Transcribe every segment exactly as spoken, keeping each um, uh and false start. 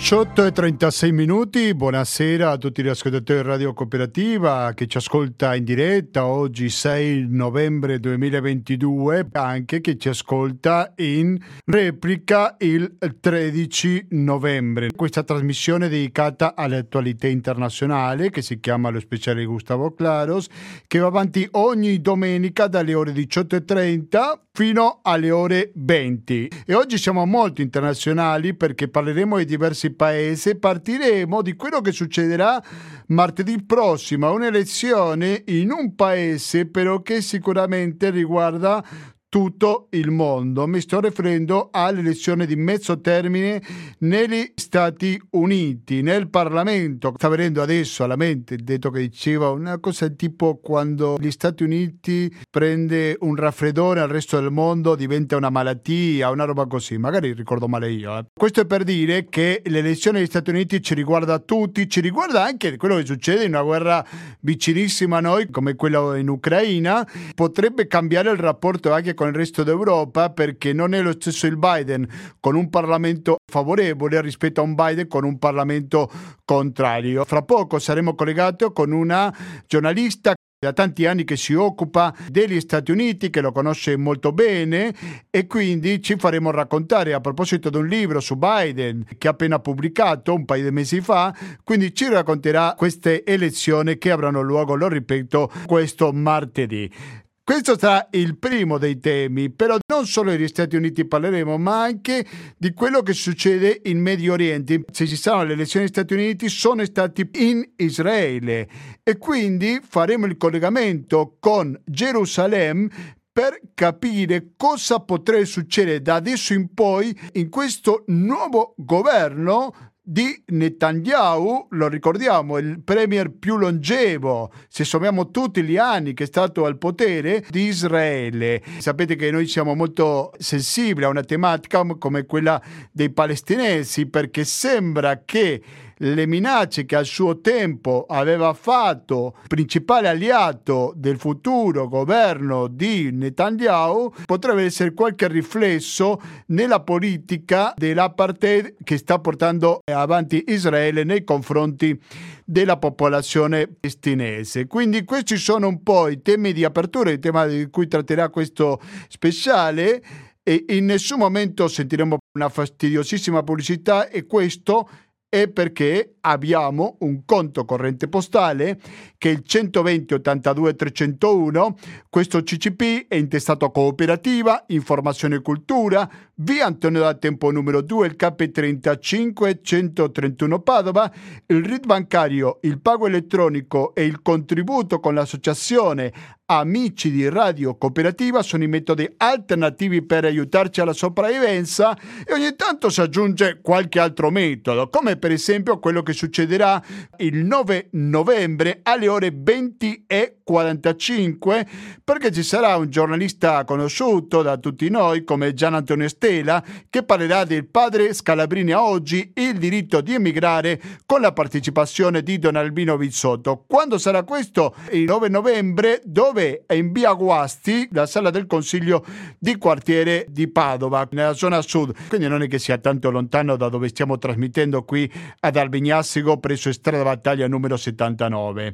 diciotto e trentasei minuti, buonasera a tutti gli ascoltatori di Radio Cooperativa che ci ascolta in diretta oggi sei novembre duemilaventidue, anche che ci ascolta in replica il tredici novembre. Questa trasmissione dedicata all'attualità internazionale che si chiama Lo Speciale di Gustavo Claros, che va avanti ogni domenica dalle ore diciotto e trenta fino alle ore venti. E oggi siamo molto internazionali perché parleremo di diversi paesi. Partiremo di quello che succederà martedì prossimo, un'elezione in un paese però che sicuramente riguarda tutto il mondo. Mi sto riferendo all'elezione di mezzo termine negli Stati Uniti, nel Parlamento. Sta venendo adesso alla mente il detto che diceva una cosa tipo: quando gli Stati Uniti prende un raffreddore al resto del mondo diventa una malattia, una roba così. Magari ricordo male io. Eh. Questo è per dire che l'elezione degli Stati Uniti ci riguarda tutti, ci riguarda anche quello che succede in una guerra vicinissima a noi, come quella in Ucraina. Potrebbe cambiare il rapporto anche con il resto d'Europa, perché non è lo stesso il Biden con un Parlamento favorevole rispetto a un Biden con un Parlamento contrario. Fra poco saremo collegati con una giornalista da tanti anni che si occupa degli Stati Uniti, che lo conosce molto bene, e quindi ci faremo raccontare a proposito di un libro su Biden che ha appena pubblicato un paio di mesi fa. Quindi ci racconterà queste elezioni che avranno luogo, lo ripeto, questo martedì. Questo sarà il primo dei temi, però non solo degli Stati Uniti parleremo, ma anche di quello che succede in Medio Oriente. Se ci saranno le elezioni negli Stati Uniti, sono stati in Israele e quindi faremo il collegamento con Gerusalemme per capire cosa potrebbe succedere da adesso in poi in questo nuovo governo di Netanyahu. Lo ricordiamo, il premier più longevo, se sommiamo tutti gli anni che è stato al potere, di Israele. Sapete che noi siamo molto sensibili a una tematica come quella dei palestinesi, perché sembra che le minacce che al suo tempo aveva fatto il principale alleato del futuro governo di Netanyahu potrebbe essere qualche riflesso nella politica dell'apartheid che sta portando avanti Israele nei confronti della popolazione palestinese. Quindi questi sono un po' i temi di apertura, il tema di cui tratterà questo speciale, e in nessun momento sentiremo una fastidiosissima pubblicità, e questo è perché abbiamo un conto corrente postale che è il centoventi ottantadue trecentouno. Questo C C P è intestato a Cooperativa, Informazione e Cultura, via Antonio da Tempo numero due, il K trentacinque centotrentuno Padova. Il R I D bancario, il pago elettronico e il contributo con l'associazione Amici di Radio Cooperativa sono i metodi alternativi per aiutarci alla sopravvivenza, e ogni tanto si aggiunge qualche altro metodo, come per esempio quello che succederà il nove novembre alle ore venti e quarantacinque, perché ci sarà un giornalista conosciuto da tutti noi come Gian Antonio Stella che parlerà del padre Scalabrini a oggi, il diritto di emigrare, con la partecipazione di Don Albino Vizzotto. Quando sarà questo? Il nove novembre, dove è in via Guasti, la sala del consiglio di quartiere di Padova, nella zona sud, quindi non è che sia tanto lontano da dove stiamo trasmettendo qui ad Albignasico, presso strada Battaglia numero settantanove.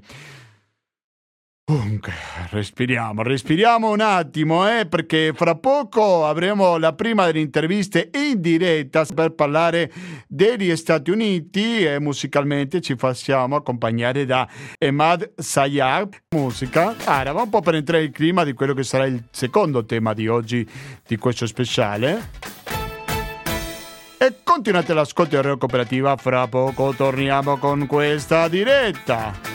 Comunque, respiriamo, respiriamo un attimo, eh, perché fra poco avremo la prima delle interviste in diretta per parlare degli Stati Uniti, e musicalmente ci facciamo accompagnare da Emad Sayar. Musica. Ah, eravamo un po' per entrare in clima di quello che sarà il secondo tema di oggi, di questo speciale. E continuate l'ascolto di Radio Cooperativa, fra poco torniamo con questa diretta.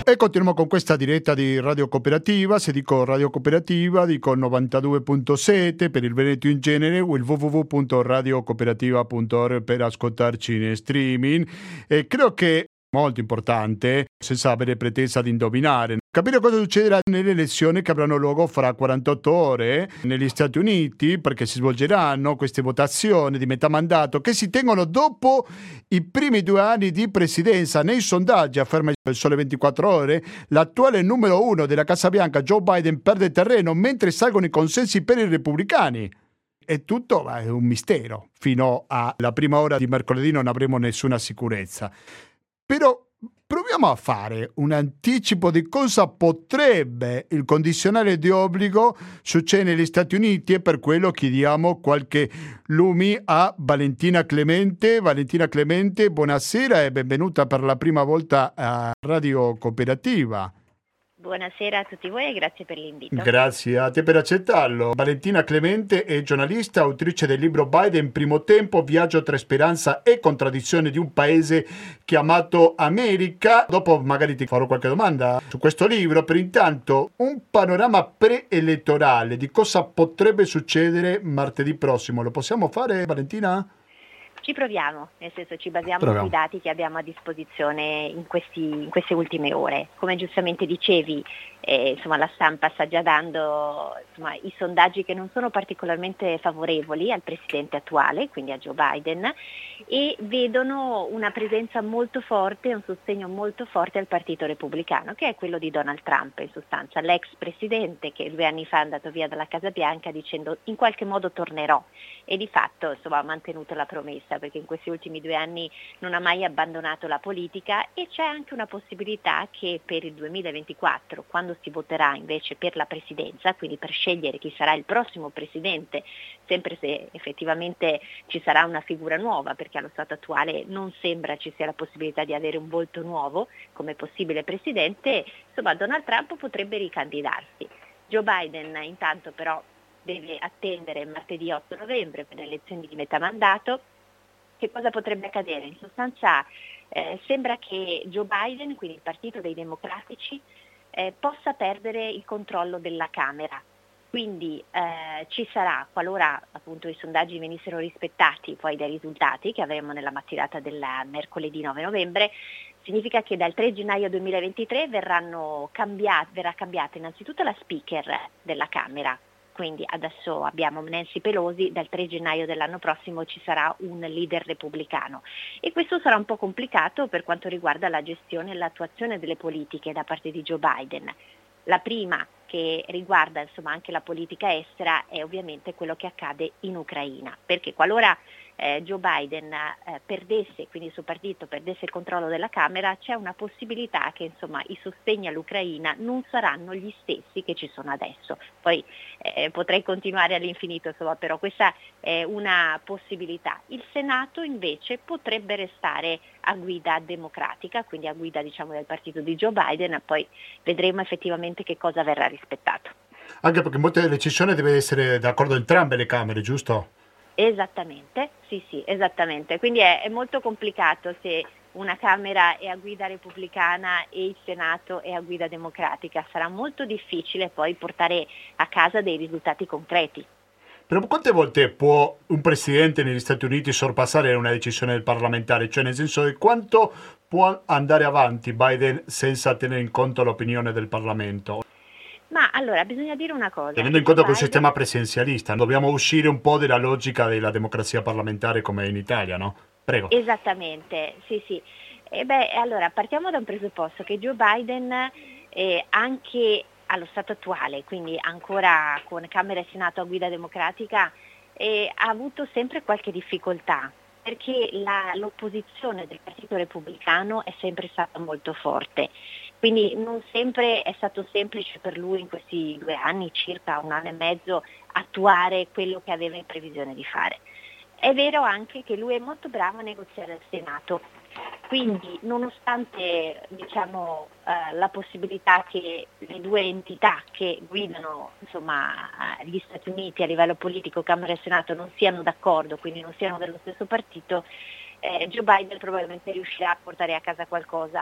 E continuiamo con questa diretta di Radio Cooperativa. Se dico Radio Cooperativa dico novantadue virgola sette per il Veneto in genere o il w w w punto radio cooperativa punto org per ascoltarci in streaming. E credo che molto importante, senza avere pretesa di indovinare, capire cosa succederà nelle elezioni che avranno luogo fra quarantotto ore negli Stati Uniti, perché si svolgeranno queste votazioni di metà mandato che si tengono dopo i primi due anni di presidenza. Nei sondaggi, afferma il Sole ventiquattro Ore, l'attuale numero uno della Casa Bianca, Joe Biden, perde terreno mentre salgono i consensi per i repubblicani. È tutto è un mistero. Fino alla prima ora di mercoledì non avremo nessuna sicurezza. Però proviamo a fare un anticipo di cosa potrebbe il condizionale di obbligo succedere negli Stati Uniti, e per quello chiediamo qualche lumi a Valentina Clemente. Valentina Clemente, buonasera e benvenuta per la prima volta a Radio Cooperativa. Buonasera a tutti voi e grazie per l'invito. Grazie a te per accettarlo. Valentina Clemente è giornalista, autrice del libro Biden Primo Tempo, viaggio tra speranza e contraddizione di un paese chiamato America. Dopo magari ti farò qualche domanda su questo libro, per intanto un panorama preelettorale di cosa potrebbe succedere martedì prossimo. Lo possiamo fare, Valentina? Ci proviamo, nel senso ci basiamo Proviamo. sui dati che abbiamo a disposizione in, questi, in queste ultime ore. Come giustamente dicevi, eh, insomma, la stampa sta già dando insomma, i sondaggi che non sono particolarmente favorevoli al presidente attuale, quindi a Joe Biden, e vedono una presenza molto forte, un sostegno molto forte al Partito Repubblicano, che è quello di Donald Trump, in sostanza l'ex presidente che due anni fa è andato via dalla Casa Bianca dicendo in qualche modo tornerò, e di fatto insomma, ha mantenuto la promessa, perché in questi ultimi due anni non ha mai abbandonato la politica, e c'è anche una possibilità che per il duemilaventiquattro, quando si voterà invece per la presidenza, quindi per scegliere chi sarà il prossimo presidente, sempre se effettivamente ci sarà una figura nuova, perché allo stato attuale non sembra ci sia la possibilità di avere un volto nuovo come possibile presidente, insomma Donald Trump potrebbe ricandidarsi. Joe Biden intanto però deve attendere martedì otto novembre per le elezioni di metà mandato. Che cosa potrebbe accadere? In sostanza eh, sembra che Joe Biden, quindi il partito dei democratici, eh, possa perdere il controllo della Camera. Quindi eh, ci sarà, qualora appunto i sondaggi venissero rispettati poi dai risultati che avremo nella mattinata del mercoledì nove novembre, significa che dal tre gennaio duemilaventitré verranno cambiati, verrà cambiata innanzitutto la speaker della Camera. Quindi adesso abbiamo Nancy Pelosi, dal tre gennaio dell'anno prossimo ci sarà un leader repubblicano, e questo sarà un po' complicato per quanto riguarda la gestione e l'attuazione delle politiche da parte di Joe Biden. La prima, che riguarda insomma anche la politica estera, è ovviamente quello che accade in Ucraina, perché qualora eh, Joe Biden eh, perdesse, quindi il suo partito perdesse il controllo della Camera, c'è una possibilità che insomma i sostegni all'Ucraina non saranno gli stessi che ci sono adesso. Poi eh, potrei continuare all'infinito, insomma, però questa è una possibilità. Il Senato invece potrebbe restare a guida democratica, quindi a guida diciamo del partito di Joe Biden, e poi vedremo effettivamente che cosa verrà rispettato. Anche perché molte decisioni deve essere d'accordo entrambe le Camere, giusto? Esattamente, sì sì, esattamente. Quindi è, è molto complicato se una Camera è a guida repubblicana e il Senato è a guida democratica. Sarà molto difficile poi portare a casa dei risultati concreti. Però quante volte può un presidente negli Stati Uniti sorpassare una decisione del parlamentare? Cioè nel senso di quanto può andare avanti Biden senza tenere in conto l'opinione del Parlamento? Ma allora bisogna dire una cosa. Tenendo in conto che è un Biden... sistema presidenzialista, dobbiamo uscire un po' dalla logica della democrazia parlamentare come in Italia, no? Prego. Esattamente, sì sì. E beh, allora partiamo da un presupposto che Joe Biden eh, anche allo stato attuale, quindi ancora con Camera e Senato a guida democratica, eh, ha avuto sempre qualche difficoltà, perché la, l'opposizione del Partito Repubblicano è sempre stata molto forte. Quindi non sempre è stato semplice per lui in questi due anni, circa un anno e mezzo, attuare quello che aveva in previsione di fare. È vero anche che lui è molto bravo a negoziare al Senato, quindi nonostante diciamo, eh, la possibilità che le due entità che guidano insomma, gli Stati Uniti a livello politico, Camera e Senato, non siano d'accordo, quindi non siano dello stesso partito, eh, Joe Biden probabilmente riuscirà a portare a casa qualcosa.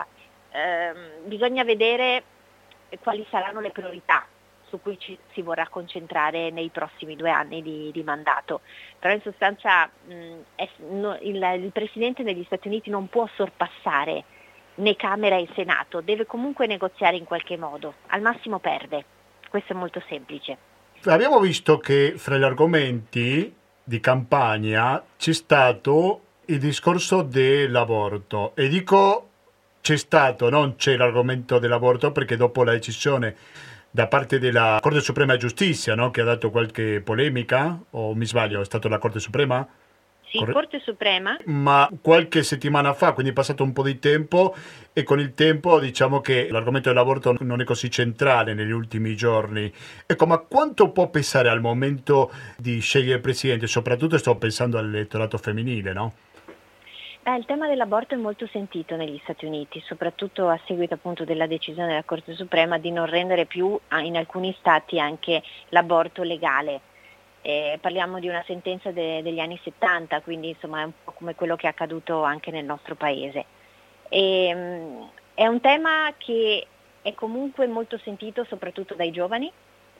ehm, bisogna vedere quali saranno le priorità su cui ci si vorrà concentrare nei prossimi due anni di, di mandato. Però in sostanza mh, è, no, il, il Presidente degli Stati Uniti non può sorpassare né Camera e Senato, deve comunque negoziare in qualche modo, al massimo perde, questo è molto semplice. Abbiamo visto che fra gli argomenti di campagna c'è stato il discorso dell'aborto, e dico c'è stato, non c'è l'argomento dell'aborto, perché dopo la decisione da parte della Corte Suprema di Giustizia, no? Che ha dato qualche polemica, o mi sbaglio, è stata la Corte Suprema? Sì, Corre- Corte Suprema. Ma qualche settimana fa, quindi è passato un po' di tempo, e con il tempo diciamo che l'argomento dell'aborto non è così centrale negli ultimi giorni. Ecco, ma quanto può pesare al momento di scegliere il presidente? Soprattutto sto pensando all'elettorato femminile, no? Eh, il tema dell'aborto è molto sentito negli Stati Uniti, soprattutto a seguito appunto della decisione della Corte Suprema di non rendere più in alcuni stati anche l'aborto legale. Eh, parliamo di una sentenza de- degli anni settanta, quindi insomma è un po' come quello che è accaduto anche nel nostro paese. E, mh, è un tema che è comunque molto sentito soprattutto dai giovani,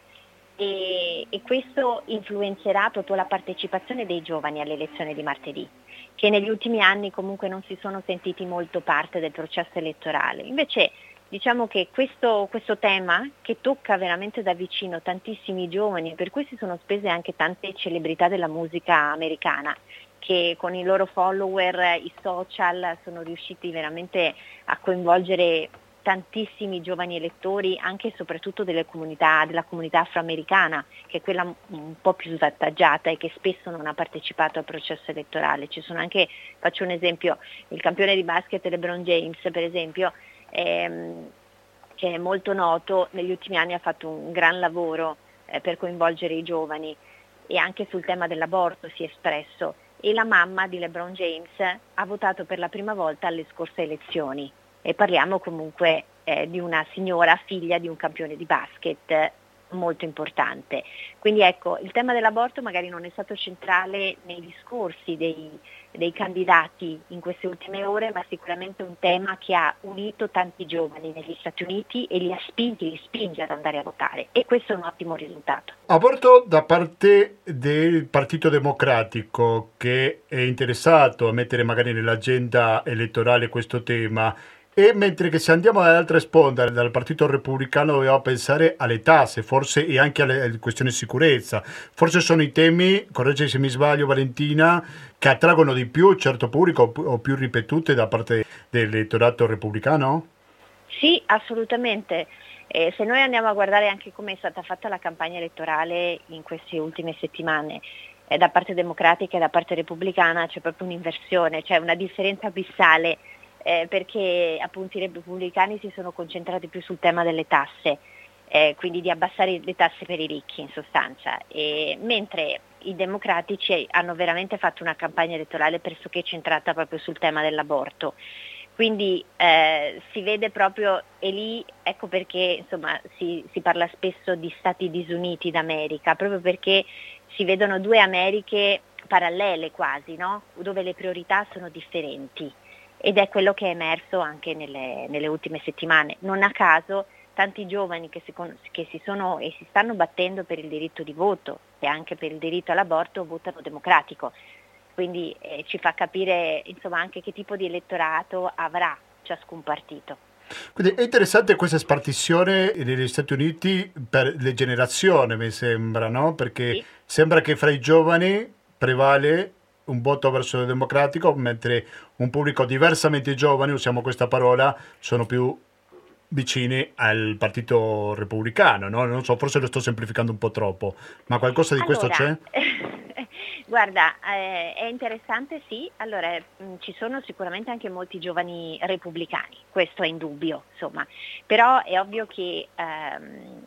e, e questo influenzerà proprio la partecipazione dei giovani alle elezioni di martedì, che negli ultimi anni comunque non si sono sentiti molto parte del processo elettorale. Invece diciamo che questo, questo tema, che tocca veramente da vicino tantissimi giovani, per cui si sono spese anche tante celebrità della musica americana, che con i loro follower, i social, sono riusciti veramente a coinvolgere tantissimi giovani elettori, anche e soprattutto delle comunità, della comunità afroamericana, che è quella un po' più svantaggiata e che spesso non ha partecipato al processo elettorale. Ci sono anche, faccio un esempio, il campione di basket LeBron James, per esempio, ehm, che è molto noto, negli ultimi anni ha fatto un gran lavoro eh, per coinvolgere i giovani, e anche sul tema dell'aborto si è espresso, e la mamma di LeBron James ha votato per la prima volta alle scorse elezioni. E parliamo comunque eh, di una signora figlia di un campione di basket eh, molto importante. Quindi ecco, il tema dell'aborto magari non è stato centrale nei discorsi dei, dei candidati in queste ultime ore, ma sicuramente un tema che ha unito tanti giovani negli Stati Uniti e li ha spinti, li spinge ad andare a votare, e questo è un ottimo risultato. Aborto da parte del Partito Democratico, che è interessato a mettere magari nell'agenda elettorale questo tema. E mentre che se andiamo dall'altra sponda, dal Partito Repubblicano, dobbiamo pensare alle tasse, forse, e anche alle, alle questioni di sicurezza. Forse sono i temi, correggi se mi sbaglio Valentina, che attraggono di più un certo pubblico, o più ripetute da parte dell'elettorato repubblicano? Sì, assolutamente. Eh, se noi andiamo a guardare anche come è stata fatta la campagna elettorale in queste ultime settimane, eh, da parte democratica e da parte repubblicana, c'è proprio un'inversione, c'è una differenza abissale. Eh, perché appunto i repubblicani si sono concentrati più sul tema delle tasse, eh, quindi di abbassare le tasse per i ricchi in sostanza, e, mentre i democratici hanno veramente fatto una campagna elettorale pressoché centrata proprio sul tema dell'aborto. Quindi eh, si vede proprio, e lì ecco perché insomma si, si parla spesso di Stati disuniti d'America, proprio perché si vedono due Americhe parallele quasi, no? Dove le priorità sono differenti. Ed è quello che è emerso anche nelle, nelle ultime settimane. Non a caso tanti giovani che si, che si sono e si stanno battendo per il diritto di voto e anche per il diritto all'aborto votano democratico. Quindi eh, ci fa capire insomma anche che tipo di elettorato avrà ciascun partito. Quindi è interessante questa spartizione negli Stati Uniti per le generazioni, mi sembra, no? Perché Sì. sembra che fra i giovani prevale un voto verso il democratico, mentre un pubblico diversamente giovane, usiamo questa parola, sono più vicini al partito repubblicano, no? Non so, forse lo sto semplificando un po' troppo, ma qualcosa di Allora, questo c'è? guarda, eh, è interessante, sì. Allora, mh, ci sono sicuramente anche molti giovani repubblicani, questo è indubbio, insomma, però è ovvio che ehm,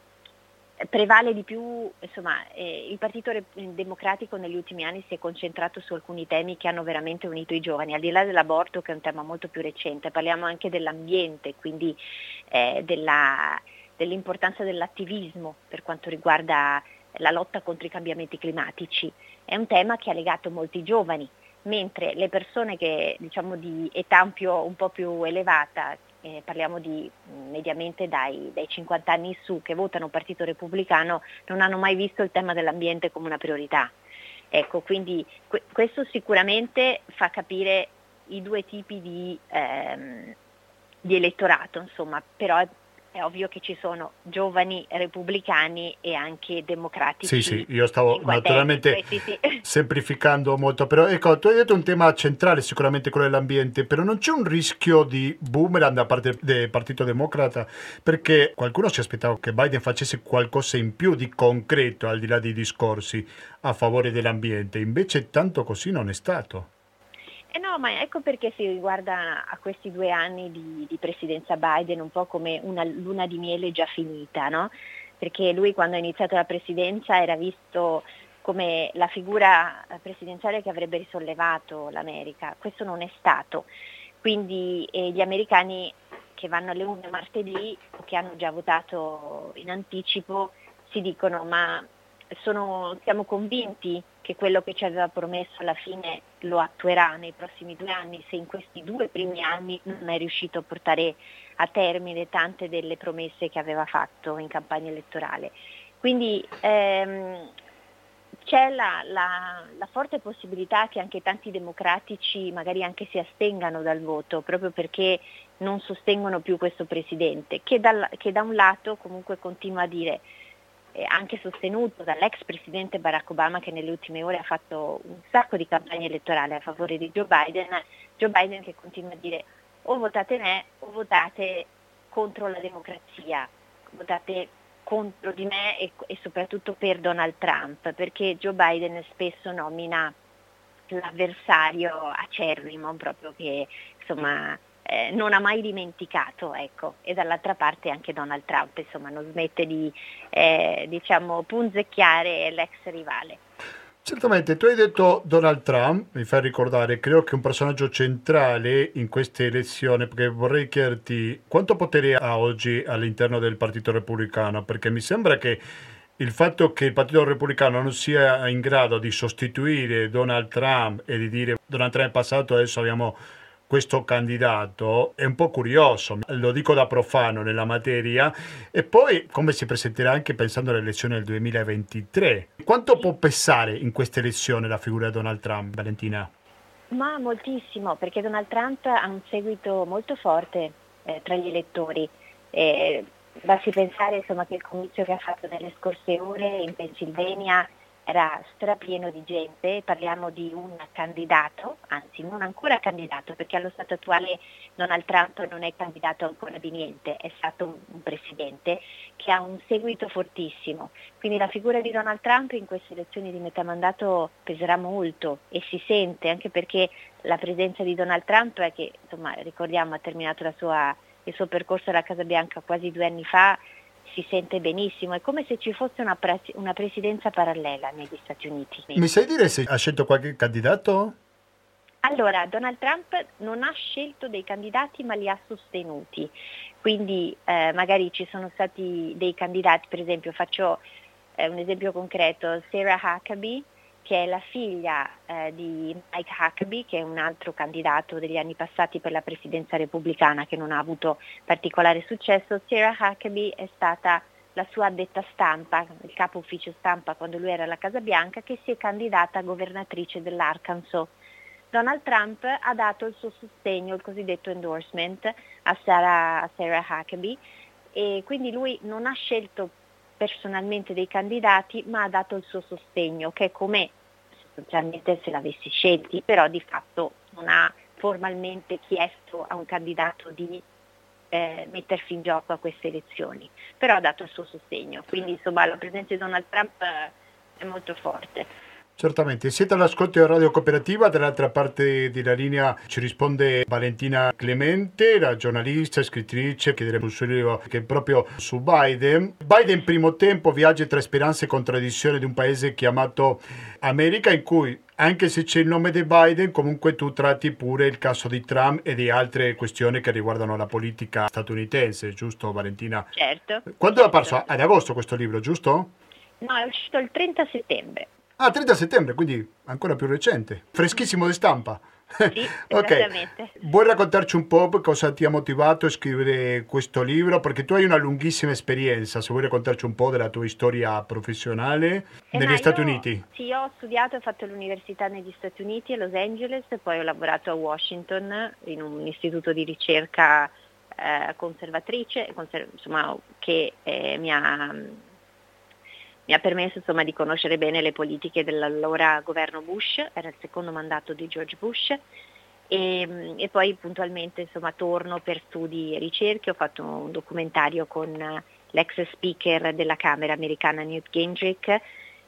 prevale di più, insomma, eh, il Partito Re- Democratico negli ultimi anni si è concentrato su alcuni temi che hanno veramente unito i giovani, al di là dell'aborto, che è un tema molto più recente, parliamo anche dell'ambiente, quindi eh, della, dell'importanza dell'attivismo per quanto riguarda la lotta contro i cambiamenti climatici. È un tema che ha legato molti giovani, mentre le persone che diciamo di età un, più, un po' più elevata, eh, parliamo di mh, mediamente dai, dai cinquanta anni in su, che votano Partito Repubblicano, non hanno mai visto il tema dell'ambiente come una priorità. Ecco, quindi que- questo sicuramente fa capire i due tipi di, ehm, di elettorato, insomma, però è, è ovvio che ci sono giovani repubblicani e anche democratici. Sì, sì, io stavo naturalmente questi sì. semplificando molto, però ecco, tu hai detto un tema centrale, sicuramente quello dell'ambiente, però non c'è un rischio di boomerang da parte del Partito Democrata, perché qualcuno si aspettava che Biden facesse qualcosa in più di concreto, al di là dei discorsi a favore dell'ambiente, invece tanto così non è stato. Eh no, ma ecco perché si guarda a questi due anni di, di presidenza Biden un po' come una luna di miele già finita, no? Perché lui quando ha iniziato la presidenza era visto come la figura presidenziale che avrebbe risollevato l'America. Questo non è stato. Quindi eh, gli americani che vanno alle urne martedì o che hanno già votato in anticipo si dicono ma sono, siamo convinti che quello che ci aveva promesso alla fine lo attuerà nei prossimi due anni, se in questi due primi anni non è riuscito a portare a termine tante delle promesse che aveva fatto in campagna elettorale. Quindi ehm, c'è la, la, la forte possibilità che anche tanti democratici magari anche si astengano dal voto, proprio perché non sostengono più questo presidente, che, dal, che da un lato comunque continua a dire, anche sostenuto dall'ex presidente Barack Obama, che nelle ultime ore ha fatto un sacco di campagna elettorale a favore di Joe Biden, Joe Biden che continua a dire o votate me o votate contro la democrazia, votate contro di me e, e soprattutto per Donald Trump, perché Joe Biden spesso nomina l'avversario acerrimo, proprio che insomma Eh, non ha mai dimenticato, ecco, e dall'altra parte anche Donald Trump, insomma, non smette di eh, diciamo punzecchiare l'ex rivale. Certamente, tu hai detto Donald Trump, mi fai ricordare, credo che è un personaggio centrale in queste elezioni, perché vorrei chiederti quanto potere ha oggi all'interno del Partito Repubblicano, perché mi sembra che il fatto che il Partito Repubblicano non sia in grado di sostituire Donald Trump e di dire Donald Trump è passato, adesso abbiamo questo candidato è un po' curioso, lo dico da profano nella materia, e poi come si presenterà anche pensando alle elezioni del duemilaventitré. Quanto può pesare in queste elezioni la figura di Donald Trump, Valentina? Ma moltissimo, perché Donald Trump ha un seguito molto forte eh, tra gli elettori. Eh, basti pensare insomma, che il comizio che ha fatto nelle scorse ore in Pennsylvania era strapieno di gente, parliamo di un candidato, anzi non ancora candidato, perché allo stato attuale Donald Trump non è candidato ancora di niente, è stato un, un presidente che ha un seguito fortissimo. Quindi la figura di Donald Trump in queste elezioni di metà mandato peserà molto e si sente, anche perché la presenza di Donald Trump, è che insomma, ricordiamo ha terminato la sua, il suo percorso alla Casa Bianca quasi due anni fa, si sente benissimo, è come se ci fosse una, pre- una presidenza parallela negli Stati Uniti. Mi sai dire se ha scelto qualche candidato? Allora, Donald Trump non ha scelto dei candidati ma li ha sostenuti, quindi eh, magari ci sono stati dei candidati, per esempio faccio eh, un esempio concreto, Sarah Huckabee, che è la figlia eh, di Mike Huckabee, che è un altro candidato degli anni passati per la presidenza repubblicana che non ha avuto particolare successo. Sarah Huckabee è stata la sua addetta stampa, il capo ufficio stampa quando lui era alla Casa Bianca, che si è candidata a governatrice dell'Arkansas. Donald Trump ha dato il suo sostegno, il cosiddetto endorsement, a Sarah, a Sarah Huckabee, e quindi lui non ha scelto personalmente dei candidati, ma ha dato il suo sostegno, che è come sostanzialmente se l'avessi scelti, però di fatto non ha formalmente chiesto a un candidato di eh, mettersi in gioco a queste elezioni, però ha dato il suo sostegno, quindi insomma la presenza di Donald Trump è molto forte. Certamente, siete all'ascolto di Radio Cooperativa, dall'altra parte della linea ci risponde Valentina Clemente, la giornalista, scrittrice, che diremo un suo libro che è proprio su Biden. Biden primo tempo, viaggi tra speranze e contraddizioni di un paese chiamato America, in cui anche se c'è il nome di Biden, comunque tu tratti pure il caso di Trump e di altre questioni che riguardano la politica statunitense, giusto Valentina? Certo. Quando certo. l'ha parso? Ad agosto questo libro, giusto? No, è uscito il trenta settembre. Ah, trenta settembre, quindi ancora più recente. Freschissimo di stampa. Sì, Ok, esattamente. vuoi raccontarci un po' cosa ti ha motivato a scrivere questo libro? Perché tu hai una lunghissima esperienza, se vuoi raccontarci un po' della tua storia professionale Eh, negli ma Stati io, Uniti. sì, io ho studiato e fatto l'università negli Stati Uniti a Los Angeles e poi ho lavorato a Washington in un istituto di ricerca eh, conservatrice, conser- insomma, che eh, mi ha, mi ha permesso insomma, di conoscere bene le politiche dell'allora governo Bush, era il secondo mandato di George Bush. E, e poi puntualmente insomma, torno per studi e ricerche, ho fatto un documentario con l'ex speaker della Camera americana Newt Gingrich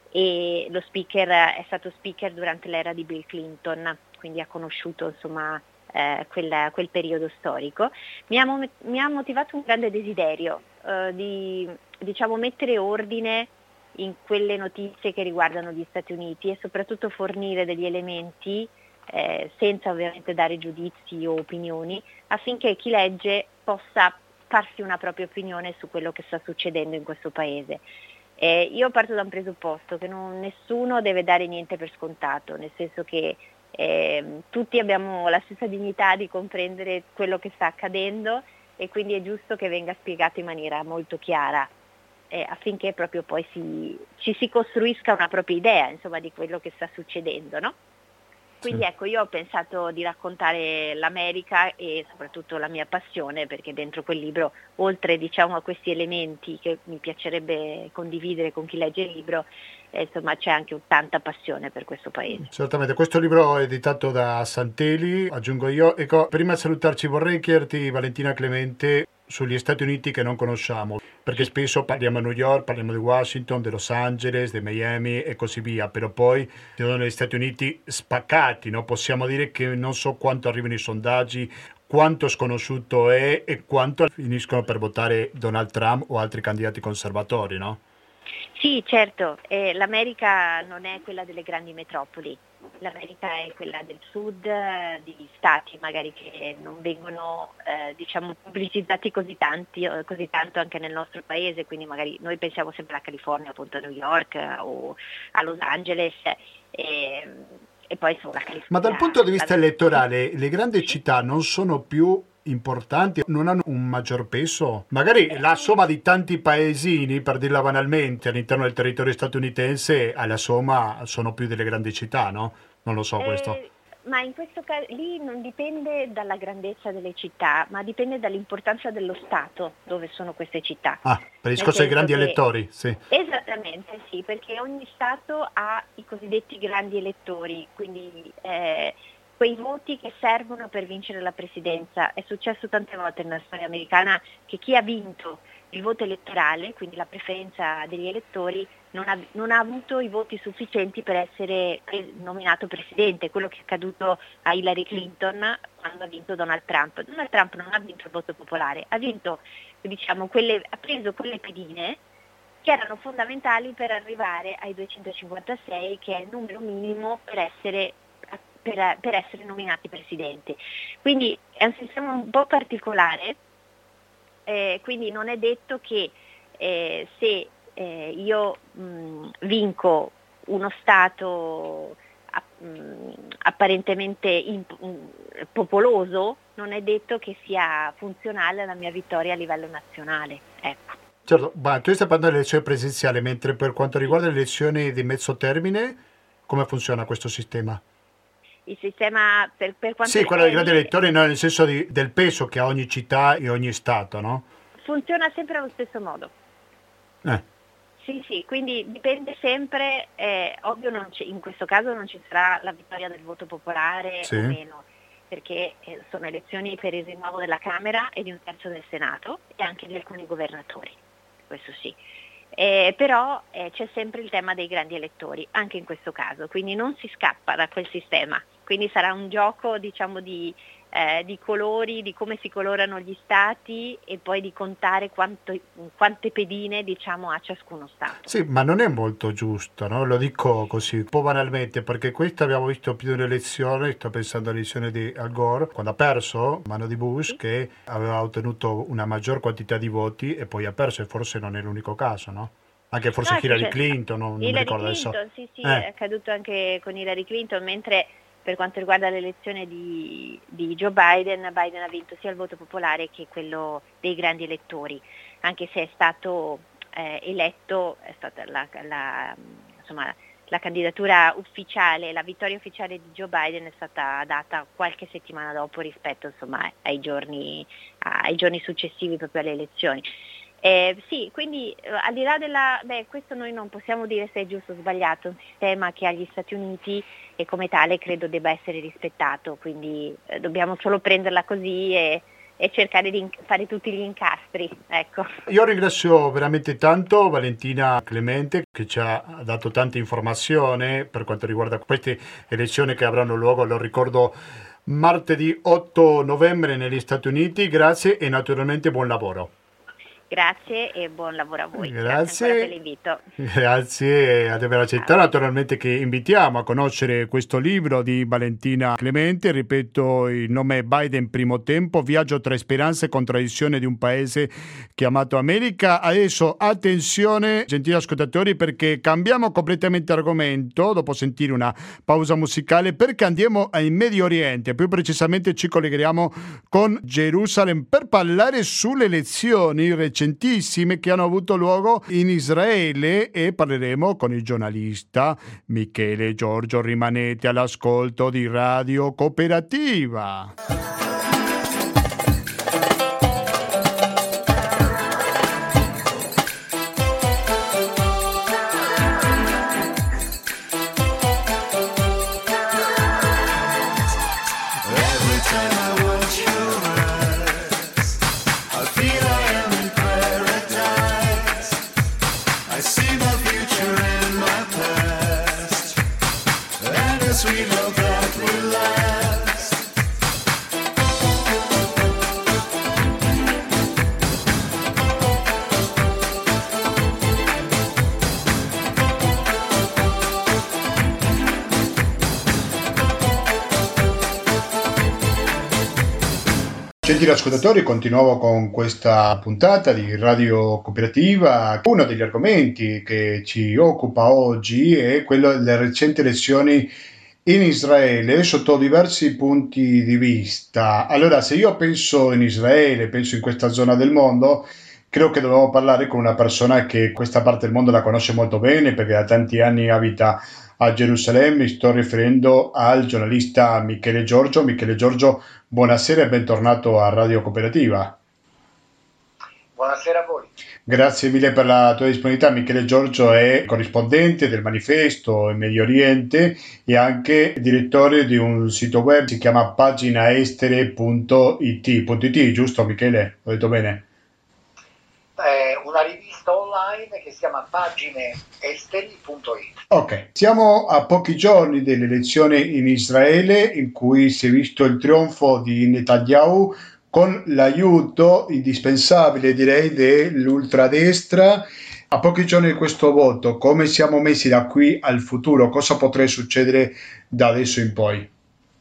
e lo speaker è stato speaker durante l'era di Bill Clinton, quindi ha conosciuto insomma, eh, quel, quel periodo storico. Mi ha, mi ha motivato un grande desiderio eh, di diciamo, mettere ordine in quelle notizie che riguardano gli Stati Uniti e soprattutto fornire degli elementi Eh, senza ovviamente dare giudizi o opinioni, affinché chi legge possa farsi una propria opinione su quello che sta succedendo in questo paese. Eh, io parto da un presupposto che non, nessuno deve dare niente per scontato, nel senso che eh, tutti abbiamo la stessa dignità di comprendere quello che sta accadendo e quindi è giusto che venga spiegato in maniera molto chiara eh, affinché proprio poi si, ci si costruisca una propria idea insomma, di quello che sta succedendo, no? Quindi ecco, io ho pensato di raccontare l'America e soprattutto la mia passione, perché dentro quel libro, oltre diciamo a questi elementi che mi piacerebbe condividere con chi legge il libro, eh, insomma c'è anche tanta passione per questo paese. Certamente, questo libro è editato da Santelli, aggiungo io. Ecco, prima di salutarci vorrei chiederti, Valentina Clemente, sugli Stati Uniti che non conosciamo, perché Sì. spesso parliamo di New York, parliamo di Washington, di Los Angeles, di Miami e così via, però poi ci sono gli Stati Uniti spaccati, no? Possiamo dire che non so quanto arrivano i sondaggi, quanto sconosciuto è e quanto finiscono per votare Donald Trump o altri candidati conservatori, no? Sì, certo, eh, l'America non è quella delle grandi metropoli, l'America è quella del sud, eh, di stati magari che non vengono eh, diciamo, pubblicizzati così, tanti, eh, così tanto anche nel nostro paese, quindi magari noi pensiamo sempre alla California, appunto a New York eh, o a Los Angeles eh, e poi insomma la California. Ma dal punto di vista la... elettorale, le grandi Sì. città non sono più importanti, non hanno un maggior peso? Magari la somma di tanti paesini, per dirla banalmente, all'interno del territorio statunitense, alla somma sono più delle grandi città, no? Non lo so questo. Eh, ma in questo caso lì non dipende dalla grandezza delle città, ma dipende dall'importanza dello Stato dove sono queste città. Ah, per il Nel discorso dei senso grandi che, elettori, sì. esattamente sì, perché ogni Stato ha i cosiddetti grandi elettori, quindi eh, quei voti che servono per vincere la presidenza. È successo tante volte nella storia americana che chi ha vinto il voto elettorale, quindi la preferenza degli elettori, non ha, non ha avuto i voti sufficienti per essere pre- nominato presidente, quello che è accaduto a Hillary Clinton quando ha vinto Donald Trump. Donald Trump non ha vinto il voto popolare, ha vinto, diciamo, quelle, ha preso quelle pedine che erano fondamentali per arrivare ai duecentocinquantasei, che è il numero minimo per essere, per, per essere nominati presidente. Quindi è un sistema un po' particolare, eh, quindi non è detto che eh, se eh, io mh, vinco uno Stato app- mh, apparentemente imp- mh, popoloso, non è detto che sia funzionale alla mia vittoria a livello nazionale. Ecco. Certo, ma tu stai parlando delle elezioni presidenziali, mentre per quanto riguarda le elezioni di mezzo termine, come funziona questo sistema? Il sistema per, per quanto Sì, quello dei eh, grandi lì elettori, no, nel senso di- del peso che ha ogni città e ogni Stato, no? funziona sempre allo stesso modo. Eh, Sì, sì, quindi dipende sempre, eh, ovvio non c'è- in questo caso non ci sarà la vittoria del voto popolare sì. o meno, perché eh, sono elezioni per il rinnovo della Camera e di un terzo del Senato e anche di alcuni governatori, questo sì. Eh, però eh, c'è sempre il tema dei grandi elettori, anche in questo caso, quindi non si scappa da quel sistema, quindi sarà un gioco diciamo di, eh, di colori, di come si colorano gli stati e poi di contare quanto, quante pedine diciamo ha ciascuno stato. Sì, ma non è molto giusto, no? Lo dico così, un po' banalmente, perché questa abbiamo visto più di un'elezione, sto pensando all'elezione di Al Gore, quando ha perso, mano di Bush, Sì? che aveva ottenuto una maggior quantità di voti e poi ha perso, e forse non è l'unico caso, no? Anche forse No, sì, Hillary c'è- Clinton, no? Non mi Hillary ricordo adesso. Clinton, sì, sì, è Eh, accaduto anche con Hillary Clinton, mentre per quanto riguarda l'elezione di, di Joe Biden, Biden ha vinto sia il voto popolare che quello dei grandi elettori, anche se è stato eh, eletto, è stata la, la, insomma, la candidatura ufficiale, la vittoria ufficiale di Joe Biden è stata data qualche settimana dopo rispetto insomma, ai, giorni, ai giorni successivi proprio alle elezioni. Eh, sì, quindi eh, al di là della, beh, questo noi non possiamo dire se è giusto o sbagliato, è un sistema che agli Stati Uniti e come tale credo debba essere rispettato, quindi eh, dobbiamo solo prenderla così e, e cercare di inc- fare tutti gli incastri. Ecco. Io ringrazio veramente tanto Valentina Clemente che ci ha dato tante informazioni per quanto riguarda queste elezioni che avranno luogo, lo ricordo, martedì otto novembre negli Stati Uniti. Grazie e naturalmente buon lavoro. Grazie e buon lavoro a voi. Grazie, Grazie ancora per l'invito. Grazie ad aver accettato. Naturalmente che invitiamo a conoscere questo libro di Valentina Clemente. Ripeto, il nome è Biden Primo Tempo, viaggio tra speranze e contraddizione di un paese chiamato America. Adesso attenzione, gentili ascoltatori, perché cambiamo completamente argomento dopo sentire una pausa musicale, perché andiamo in Medio Oriente, più precisamente ci colleghiamo con Gerusalemme per parlare sulle elezioni recenti recentissime che hanno avuto luogo in Israele e parleremo con il giornalista Michele Giorgio. Rimanete all'ascolto di Radio Cooperativa. Gentili ascoltatori, continuiamo con questa puntata di Radio Cooperativa. Uno degli argomenti che ci occupa oggi è quello delle recenti elezioni in Israele sotto diversi punti di vista. Allora, se io penso in Israele, penso in questa zona del mondo, credo che dobbiamo parlare con una persona che questa parte del mondo la conosce molto bene perché da tanti anni abita a Gerusalemme. Mi sto riferendo al giornalista Michele Giorgio. Michele Giorgio, buonasera e bentornato a Radio Cooperativa. Buonasera a voi. Grazie mille per la tua disponibilità. Michele Giorgio è corrispondente del Manifesto in Medio Oriente e anche direttore di un sito web, si chiama paginaestere punto it, giusto Michele? Ho detto bene? È una rivista online che si chiama paginaesteri punto it. Ok, siamo a pochi giorni delle elezioni in Israele in cui si è visto il trionfo di Netanyahu con l'aiuto indispensabile, direi, dell'ultradestra. A pochi giorni di questo voto, come siamo messi da qui al futuro? Cosa potrebbe succedere da adesso in poi?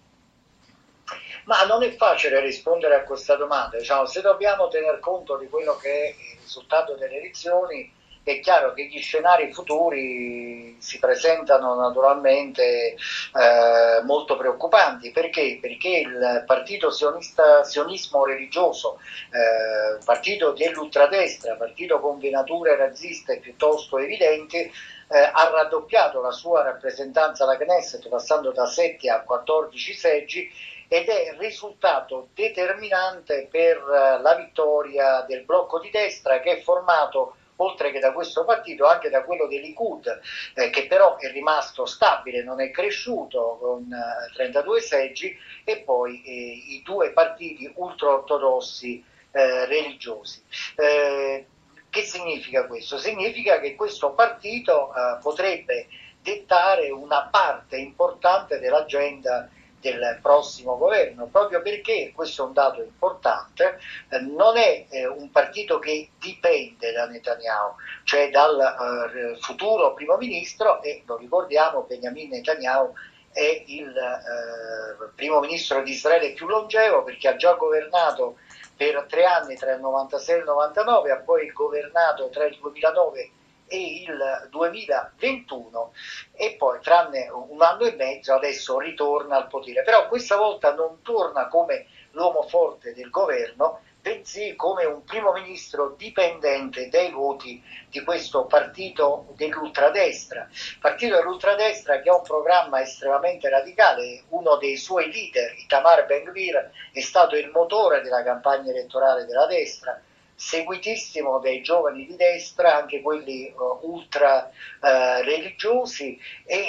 Ma non è facile rispondere a questa domanda. Diciamo, se dobbiamo tener conto di quello che è il risultato delle elezioni, è chiaro che gli scenari futuri si presentano naturalmente eh, molto preoccupanti. Perché? Perché il partito sionista, sionismo religioso, eh, partito dell'ultradestra, partito con venature razziste piuttosto evidenti, eh, ha raddoppiato la sua rappresentanza alla Knesset passando da sette a quattordici seggi, ed è risultato determinante per la vittoria del blocco di destra, che è formato oltre che da questo partito anche da quello dei Likud, eh, che però è rimasto stabile, non è cresciuto, con eh, trentadue seggi, e poi eh, i due partiti ultraortodossi eh, religiosi. Eh, che significa questo? Significa che questo partito eh, potrebbe dettare una parte importante dell'agenda del prossimo governo, proprio perché, questo è un dato importante, eh, non è eh, un partito che dipende da Netanyahu, cioè dal eh, futuro primo ministro, e lo ricordiamo, Benjamin Netanyahu è il eh, primo ministro di Israele più longevo, perché ha già governato per tre anni tra il novantasei e il novantanove, ha poi governato tra il duemilanove e il duemilaventuno, e poi tranne un anno e mezzo adesso ritorna al potere, però questa volta non torna come l'uomo forte del governo, bensì come un primo ministro dipendente dai voti di questo partito dell'ultradestra, partito dell'ultradestra che ha un programma estremamente radicale. Uno dei suoi leader, Itamar Ben-Gvir, è stato il motore della campagna elettorale della destra, seguitissimo dai giovani di destra, anche quelli uh, ultra uh, religiosi,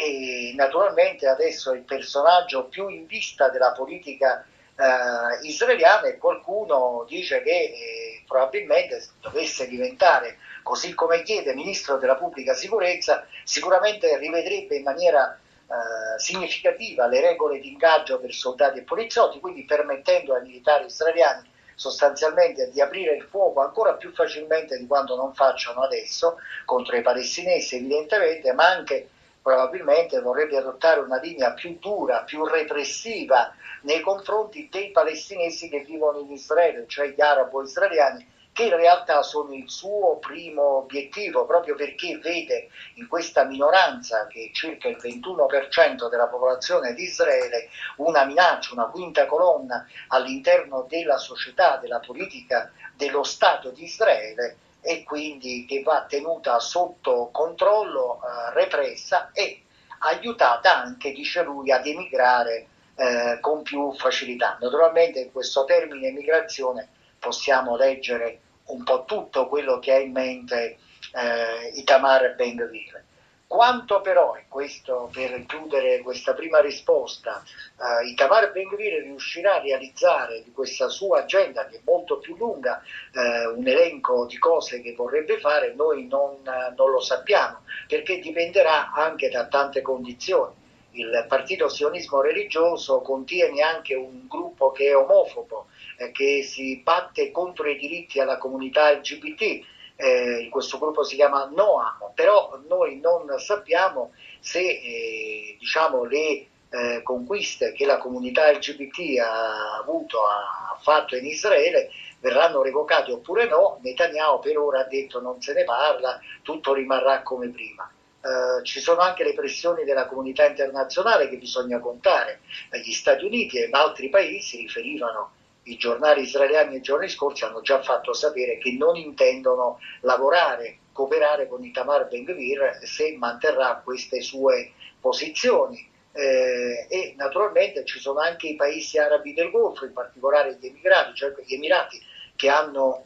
e naturalmente adesso è il personaggio più in vista della politica uh, israeliana, e qualcuno dice che eh, probabilmente se dovesse diventare, così come chiede, ministro della pubblica sicurezza, sicuramente rivedrebbe in maniera uh, significativa le regole di ingaggio per soldati e poliziotti, quindi permettendo ai militari israeliani sostanzialmente di aprire il fuoco ancora più facilmente di quanto non facciano adesso contro i palestinesi evidentemente, ma anche probabilmente vorrebbe adottare una linea più dura, più repressiva nei confronti dei palestinesi che vivono in Israele, cioè gli arabo-israeliani, che in realtà sono il suo primo obiettivo, proprio perché vede in questa minoranza, che è circa il ventuno per cento della popolazione di Israele, una minaccia, una quinta colonna all'interno della società, della politica, dello Stato di Israele, e quindi che va tenuta sotto controllo, eh, repressa e aiutata anche, dice lui, ad emigrare eh, con più facilità. Naturalmente in questo termine emigrazione possiamo leggere un po' tutto quello che ha in mente eh, Itamar Ben-Gvir. Quanto però, e questo per chiudere questa prima risposta, eh, Itamar Ben-Gvir riuscirà a realizzare di questa sua agenda, che è molto più lunga, eh, un elenco di cose che vorrebbe fare, noi non, non lo sappiamo, perché dipenderà anche da tante condizioni. Il partito sionismo religioso contiene anche un gruppo che è omofobo, eh, che si batte contro i diritti alla comunità L G B T, eh, in questo gruppo si chiama Noam, però noi non sappiamo se eh, diciamo, le eh, conquiste che la comunità L G B T ha avuto, ha fatto in Israele, verranno revocate oppure no. Netanyahu per ora ha detto non se ne parla, tutto rimarrà come prima. Uh, ci sono anche le pressioni della comunità internazionale che bisogna contare. Gli Stati Uniti e altri paesi riferivano, i giornali israeliani nei giorni scorsi hanno già fatto sapere che non intendono lavorare, cooperare con Itamar Ben-Gvir se manterrà queste sue posizioni. Eh, e naturalmente ci sono anche i paesi arabi del Golfo, in particolare gli Emirati, cioè gli Emirati che hanno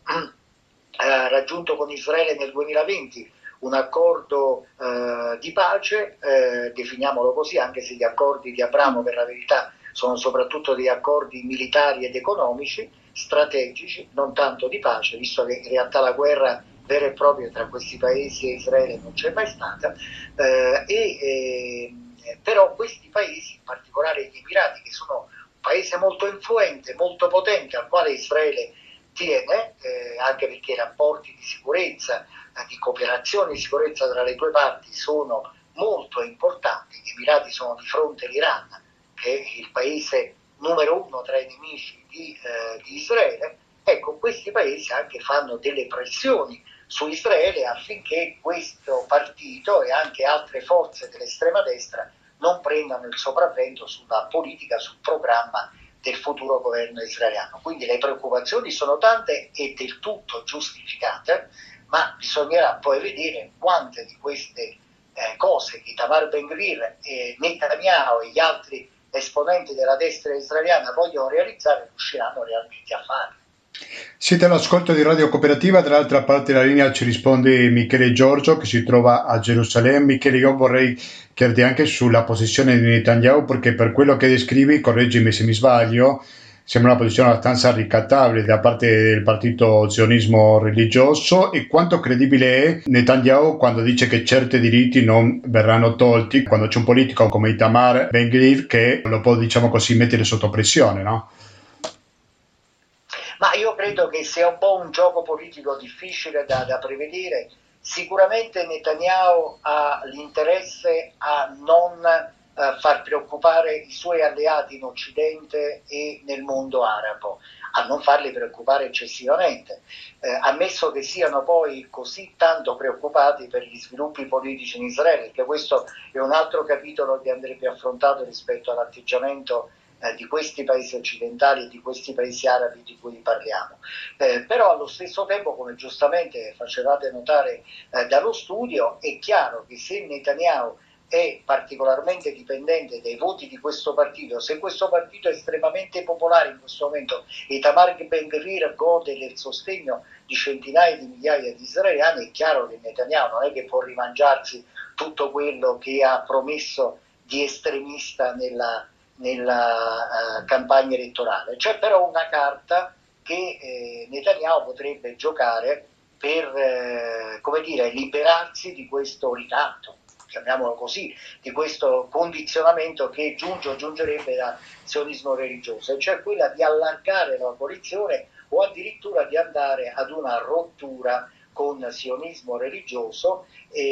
eh, raggiunto con Israele nel duemilaventi un accordo eh, di pace, eh, definiamolo così, anche se gli accordi di Abramo per la verità sono soprattutto degli accordi militari ed economici, strategici, non tanto di pace, visto che in realtà la guerra vera e propria tra questi paesi e Israele non c'è mai stata, eh, e, eh, però questi paesi, in particolare gli Emirati, che sono un paese molto influente, molto potente, al quale Israele tiene, eh, anche perché i rapporti di sicurezza, di cooperazione e sicurezza tra le due parti sono molto importanti. Gli Emirati sono di fronte all'Iran, che è il paese numero uno tra i nemici di, eh, di Israele. Ecco, questi paesi anche fanno delle pressioni su Israele affinché questo partito e anche altre forze dell'estrema destra non prendano il sopravvento sulla politica, sul programma del futuro governo israeliano. Quindi le preoccupazioni sono tante e del tutto giustificate, ma bisognerà poi vedere quante di queste eh, cose che Itamar Ben-Gvir e Netanyahu e gli altri esponenti della destra israeliana vogliono realizzare riusciranno realmente a fare. Siete all'ascolto di Radio Cooperativa, dall'altra parte della linea ci risponde Michele Giorgio che si trova a Gerusalemme. Michele, io vorrei chiederti anche sulla posizione di Netanyahu, perché per quello che descrivi, correggimi se mi sbaglio, sembra una posizione abbastanza ricattabile da parte del partito zionismo religioso. E quanto credibile è Netanyahu quando dice che certi diritti non verranno tolti, quando c'è un politico come Itamar Ben-Gvir che lo può, diciamo così, mettere sotto pressione, no? Ma io credo che sia un po' un gioco politico difficile da, da prevedere. Sicuramente Netanyahu ha l'interesse a non eh, far preoccupare i suoi alleati in Occidente e nel mondo arabo, a non farli preoccupare eccessivamente, eh, ammesso che siano poi così tanto preoccupati per gli sviluppi politici in Israele, perché questo è un altro capitolo che andrebbe affrontato rispetto all'atteggiamento eh, di questi paesi occidentali e di questi paesi arabi di cui parliamo. Eh, però allo stesso tempo, come giustamente facevate notare eh, dallo studio, è chiaro che se Netanyahu è particolarmente dipendente dai voti di questo partito, se questo partito è estremamente popolare in questo momento e Itamar Ben-Gvir gode del sostegno di centinaia di migliaia di israeliani, è chiaro che Netanyahu non è che può rimangiarsi tutto quello che ha promesso di estremista nella, nella uh, campagna elettorale. C'è però una carta che eh, Netanyahu potrebbe giocare per eh, come dire, liberarsi di questo ricatto, chiamiamolo così, di questo condizionamento che giunge o giungerebbe da sionismo religioso, e cioè quella di allargare la coalizione o addirittura di andare ad una rottura con sionismo religioso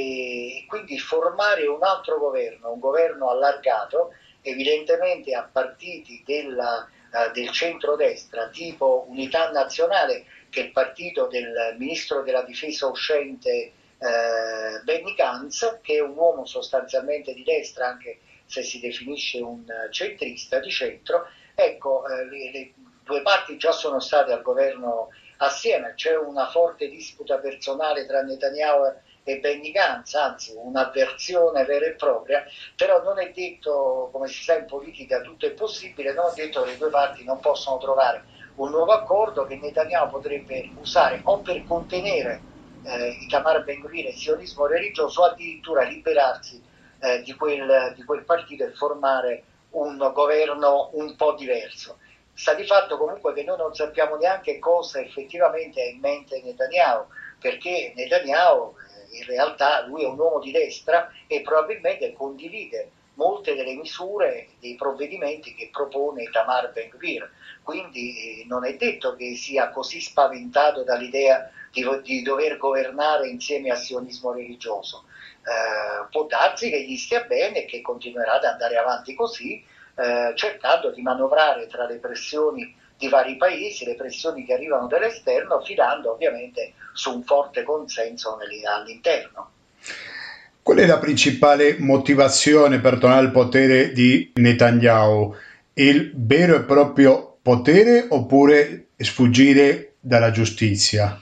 e quindi formare un altro governo, un governo allargato, evidentemente a partiti della, uh, del centrodestra, tipo Unità Nazionale, che è il partito del ministro della difesa uscente Eh, Benny Gantz, che è un uomo sostanzialmente di destra, anche se si definisce un centrista di centro. Ecco, eh, le, le due parti già sono state al governo assieme, c'è una forte disputa personale tra Netanyahu e Benny Gantz, anzi un'avversione vera e propria, però non è detto, come si sa in politica tutto è possibile, non è detto che le due parti non possono trovare un nuovo accordo che Netanyahu potrebbe usare o per contenere Eh, Itamar Ben-Gvir e il sionismo religioso, addirittura liberarsi eh, di, quel, di quel partito e formare un governo un po' diverso. Sta di fatto comunque che noi non sappiamo neanche cosa effettivamente ha in mente Netanyahu, perché Netanyahu eh, in realtà lui è un uomo di destra e probabilmente condivide molte delle misure, dei provvedimenti che propone Itamar Ben-Gvir, quindi eh, non è detto che sia così spaventato dall'idea di, di dover governare insieme al sionismo religioso. Eh, può darsi che gli stia bene e che continuerà ad andare avanti così, eh, cercando di manovrare tra le pressioni di vari paesi, le pressioni che arrivano dall'esterno, fidando ovviamente su un forte consenso all'interno. Qual è la principale motivazione per tornare al potere di Netanyahu? Il vero e proprio potere oppure sfuggire dalla giustizia?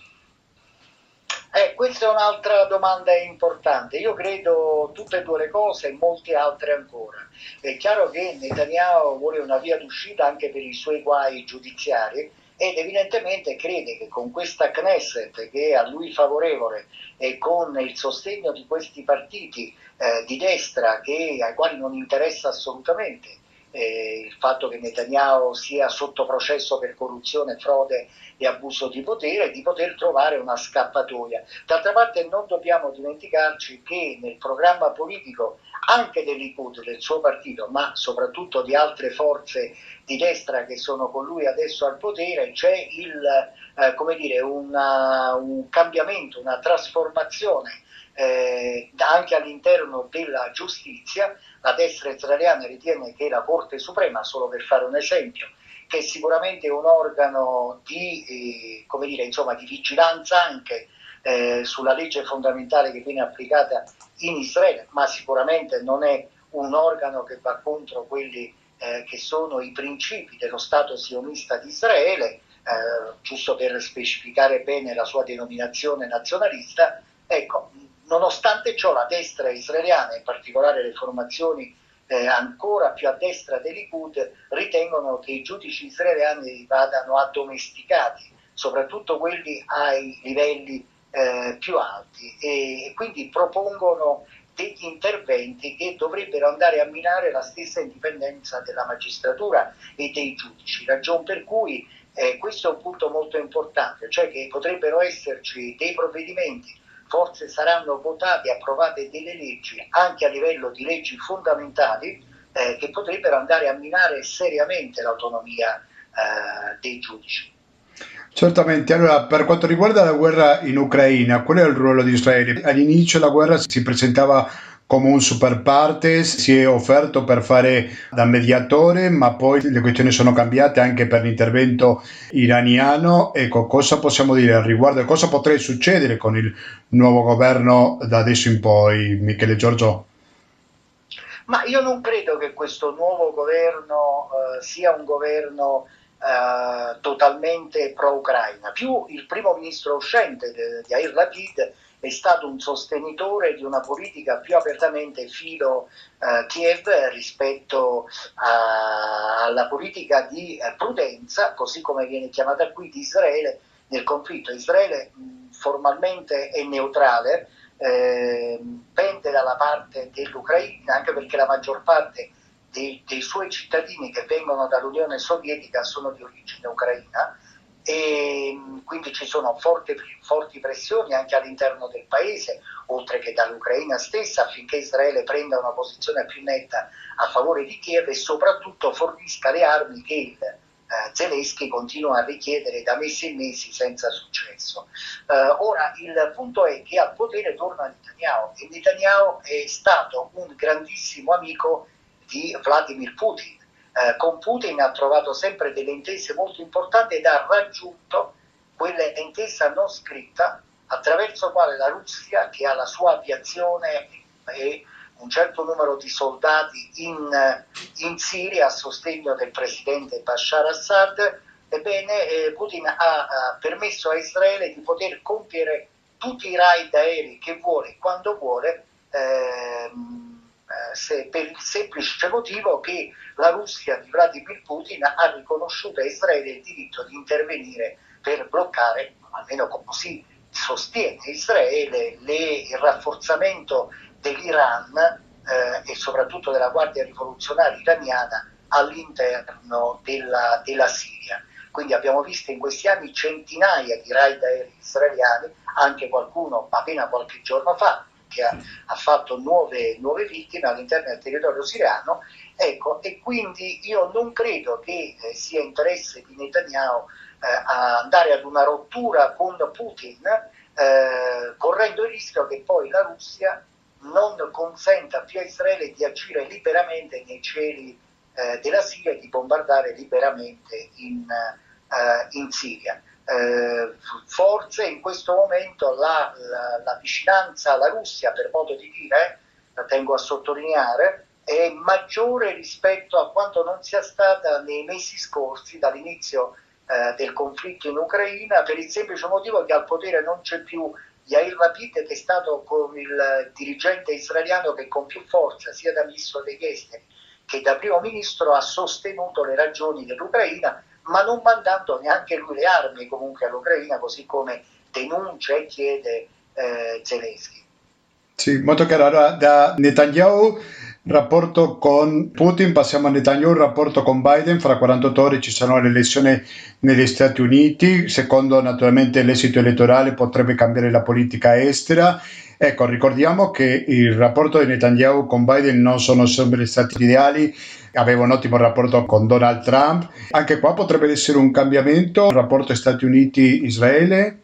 Eh, questa è un'altra domanda importante. Io credo tutte e due le cose e molte altre ancora. È chiaro che Netanyahu vuole una via d'uscita anche per i suoi guai giudiziari ed evidentemente crede che con questa Knesset che è a lui favorevole e con il sostegno di questi partiti eh, di destra che, ai quali non interessa assolutamente eh, il fatto che Netanyahu sia sotto processo per corruzione, frode e abuso di potere, di poter trovare una scappatoia. D'altra parte non dobbiamo dimenticarci che nel programma politico anche del Likud, del suo partito, ma soprattutto di altre forze di destra che sono con lui adesso al potere, c'è il, eh, come dire, una, un cambiamento, una trasformazione eh, anche all'interno della giustizia. La destra israeliana ritiene che la Corte Suprema, solo per fare un esempio, che è sicuramente un organo di, eh, come dire, insomma, di vigilanza anche eh, sulla legge fondamentale che viene applicata in Israele, ma sicuramente non è un organo che va contro quelli eh, che sono i principi dello Stato sionista di Israele, eh, giusto per specificare bene la sua denominazione nazionalista. Ecco, nonostante ciò la destra israeliana, in particolare le formazioni Eh, ancora più a destra del Likud, ritengono che i giudici israeliani vadano addomesticati, soprattutto quelli ai livelli eh, più alti, e, e quindi propongono degli interventi che dovrebbero andare a minare la stessa indipendenza della magistratura e dei giudici, ragion per cui eh, questo è un punto molto importante, cioè che potrebbero esserci dei provvedimenti, forse saranno votate e approvate delle leggi anche a livello di leggi fondamentali eh, che potrebbero andare a minare seriamente l'autonomia eh, dei giudici. Certamente, allora per quanto riguarda la guerra in Ucraina, qual è il ruolo di Israele? All'inizio la guerra si presentava come un super partes, si è offerto per fare da mediatore, ma poi le questioni sono cambiate anche per l'intervento iraniano. Ecco, cosa possiamo dire al riguardo e cosa potrebbe succedere con il nuovo governo da adesso in poi, Michele Giorgio? Ma io non credo che questo nuovo governo eh, sia un governo eh, totalmente pro-Ucraina. Più il primo ministro uscente, di Yair Lapid, è stato un sostenitore di una politica più apertamente filo eh, Kiev rispetto a, alla politica di eh, prudenza, così come viene chiamata qui, di Israele nel conflitto. Israele mh, formalmente è neutrale, Eh, pende dalla parte dell'Ucraina, anche perché la maggior parte dei, dei suoi cittadini che vengono dall'Unione Sovietica sono di origine ucraina, e quindi ci sono forti, forti pressioni anche all'interno del paese, oltre che dall'Ucraina stessa, affinché Israele prenda una posizione più netta a favore di Kiev e soprattutto fornisca le armi che il Uh, Zelensky continua a richiedere da mesi e mesi senza successo. Uh, ora il punto è che al potere torna Netanyahu, e Netanyahu è stato un grandissimo amico di Vladimir Putin. Uh, con Putin ha trovato sempre delle intese molto importanti ed ha raggiunto quella intesa non scritta attraverso quale la Russia, che ha la sua aviazione e un certo numero di soldati in, in Siria a sostegno del presidente Bashar Assad, ebbene eh, Putin ha, ha permesso a Israele di poter compiere tutti i raid aerei che vuole quando vuole, ehm, se, per il semplice motivo che la Russia di Vladimir Putin ha riconosciuto a Israele il diritto di intervenire per bloccare, almeno così sostiene Israele, le, il rafforzamento dell'Iran eh, e soprattutto della Guardia Rivoluzionaria iraniana all'interno della, della Siria. Quindi abbiamo visto in questi anni centinaia di raid aerei israeliani, anche qualcuno appena qualche giorno fa che ha, ha fatto nuove, nuove vittime all'interno del territorio siriano. Ecco, e quindi io non credo che eh, sia interesse di Netanyahu eh, a andare ad una rottura con Putin, eh, correndo il rischio che poi la Russia non consenta più a Israele di agire liberamente nei cieli eh, della Siria e di bombardare liberamente in, eh, in Siria. Eh, forse in questo momento la, la, la vicinanza alla Russia, per modo di dire, la tengo a sottolineare, è maggiore rispetto a quanto non sia stata nei mesi scorsi, dall'inizio eh, del conflitto in Ucraina, per il semplice motivo che al potere non c'è più Yair Lapid, che è stato con il dirigente israeliano che con più forza, sia da ministro degli esteri che da primo ministro, ha sostenuto le ragioni dell'Ucraina, ma non mandando neanche lui le armi comunque all'Ucraina, così come denuncia e chiede eh, Zelensky. Sì, molto chiaro. Allora, da Netanyahu, rapporto con Putin, passiamo a Netanyahu, rapporto con Biden. Fra quarantotto ore ci saranno le elezioni negli Stati Uniti. Secondo naturalmente l'esito elettorale potrebbe cambiare la politica estera. Ecco, ricordiamo che il rapporto di Netanyahu con Biden non sono sempre stati ideali. Aveva un ottimo rapporto con Donald Trump. Anche qua potrebbe essere un cambiamento, il rapporto Stati Uniti-Israele.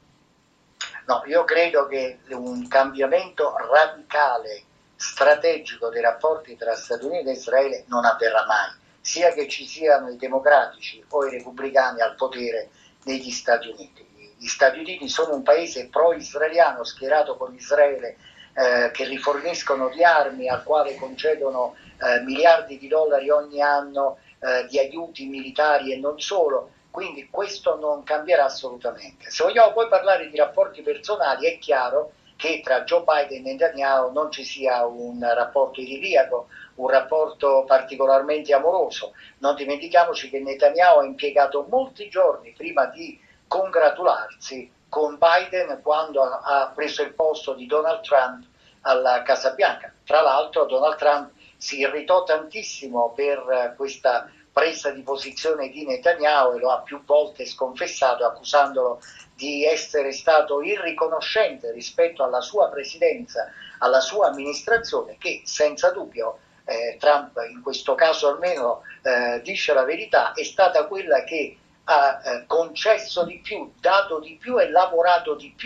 No, io credo che un cambiamento radicale, strategico dei rapporti tra Stati Uniti e Israele non avverrà mai, sia che ci siano i democratici o i repubblicani al potere negli Stati Uniti. Gli Stati Uniti sono un paese pro-israeliano schierato con Israele, eh, che riforniscono di armi, al quale concedono eh, miliardi di dollari ogni anno eh, di aiuti militari e non solo. Quindi questo non cambierà assolutamente. Se vogliamo poi parlare di rapporti personali, è chiaro che tra Joe Biden e Netanyahu non ci sia un rapporto idilliaco, un rapporto particolarmente amoroso. Non dimentichiamoci che Netanyahu ha impiegato molti giorni prima di congratularsi con Biden quando ha preso il posto di Donald Trump alla Casa Bianca. Tra l'altro Donald Trump si irritò tantissimo per questa presa di posizione di Netanyahu e lo ha più volte sconfessato, accusandolo di essere stato irriconoscente rispetto alla sua presidenza, alla sua amministrazione, che senza dubbio eh, Trump in questo caso almeno eh, dice la verità, è stata quella che ha eh, concesso di più, dato di più e lavorato di più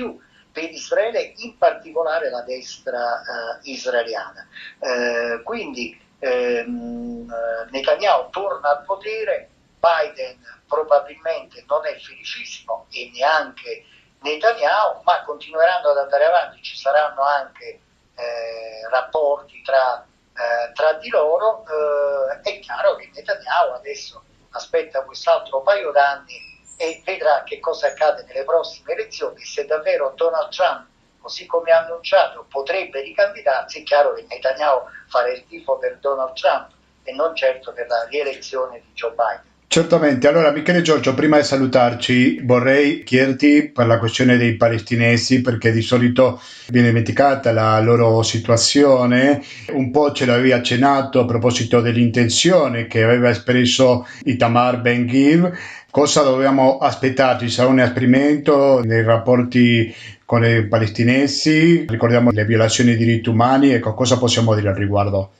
per Israele, in particolare la destra eh, israeliana. Eh, quindi ehm, Netanyahu torna al potere, Biden probabilmente non è felicissimo e neanche Netanyahu, ma continueranno ad andare avanti, ci saranno anche eh, rapporti tra, eh, tra di loro. Eh, è chiaro che Netanyahu adesso aspetta quest'altro paio d'anni e vedrà che cosa accade nelle prossime elezioni. Se davvero Donald Trump, così come ha annunciato, potrebbe ricandidarsi, è chiaro che Netanyahu farà il tifo per Donald Trump e non certo per la rielezione di Joe Biden. Certamente. Allora, Michele Giorgio, prima di salutarci vorrei chiederti per la questione dei palestinesi, perché di solito viene dimenticata la loro situazione. Un po' ce l'avevi accennato a proposito dell'intenzione che aveva espresso Itamar Ben-Gvir. Cosa dobbiamo aspettarci? Sarà un inasprimento nei rapporti con i palestinesi? Ricordiamo le violazioni dei diritti umani. Ecco, cosa possiamo dire al riguardo?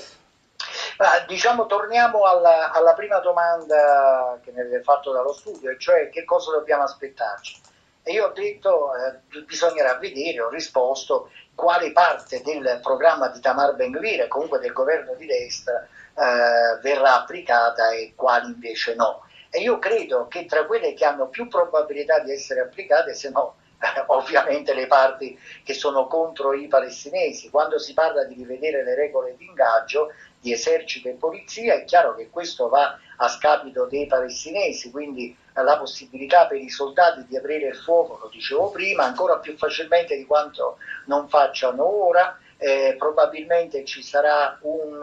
Ah, diciamo, torniamo alla, alla prima domanda che mi avete fatto dallo studio, e cioè che cosa dobbiamo aspettarci. E io ho detto eh, bisognerà vedere, ho risposto, quale parte del programma di Itamar Ben-Gvir e comunque del governo di destra eh, verrà applicata e quali invece no. E io credo che tra quelle che hanno più probabilità di essere applicate, se no eh, ovviamente le parti che sono contro i palestinesi, quando si parla di rivedere le regole di ingaggio di esercito e polizia, è chiaro che questo va a scapito dei palestinesi, quindi la possibilità per i soldati di aprire il fuoco, lo dicevo prima, ancora più facilmente di quanto non facciano ora. Eh, probabilmente ci sarà un,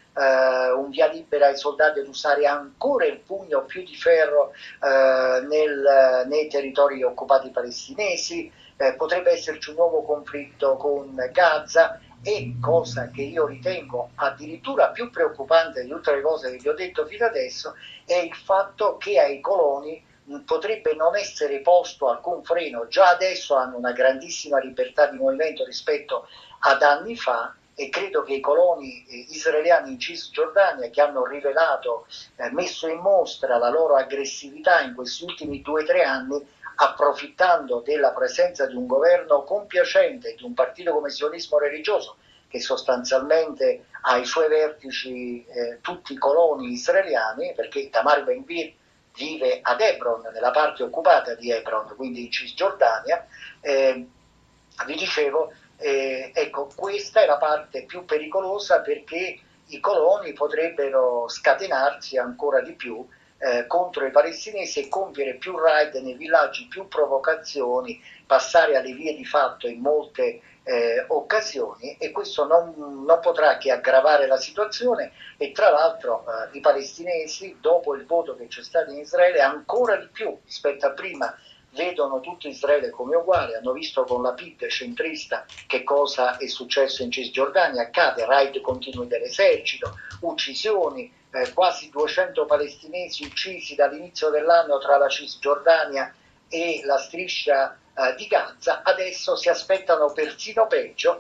eh, un via libera ai soldati ad usare ancora il pugno più di ferro eh, nel, nei territori occupati palestinesi. Eh, potrebbe esserci un nuovo conflitto con Gaza. E cosa che io ritengo addirittura più preoccupante di tutte le cose che vi ho detto fino adesso è il fatto che ai coloni potrebbe non essere posto alcun freno. Già adesso hanno una grandissima libertà di movimento rispetto ad anni fa, e credo che i coloni israeliani in Cisgiordania, che hanno rivelato, eh, messo in mostra la loro aggressività in questi ultimi due o tre anni, approfittando della presenza di un governo compiacente, di un partito come sionismo religioso, che sostanzialmente ha ai suoi vertici eh, tutti i coloni israeliani, perché Itamar Ben-Gvir vive ad Hebron, nella parte occupata di Hebron, quindi in Cisgiordania. Eh, vi dicevo, eh, ecco, questa è la parte più pericolosa, perché i coloni potrebbero scatenarsi ancora di più Eh, contro i palestinesi e compiere più raid nei villaggi, più provocazioni, passare alle vie di fatto in molte eh, occasioni, e questo non, non potrà che aggravare la situazione. E tra l'altro eh, i palestinesi, dopo il voto che c'è stato in Israele, ancora di più rispetto a prima vedono tutto Israele come uguale, hanno visto con la P I D centrista che cosa è successo in Cisgiordania, accade, raid continui dell'esercito, uccisioni, eh, quasi duecento palestinesi uccisi dall'inizio dell'anno tra la Cisgiordania e la striscia eh, di Gaza. Adesso si aspettano persino peggio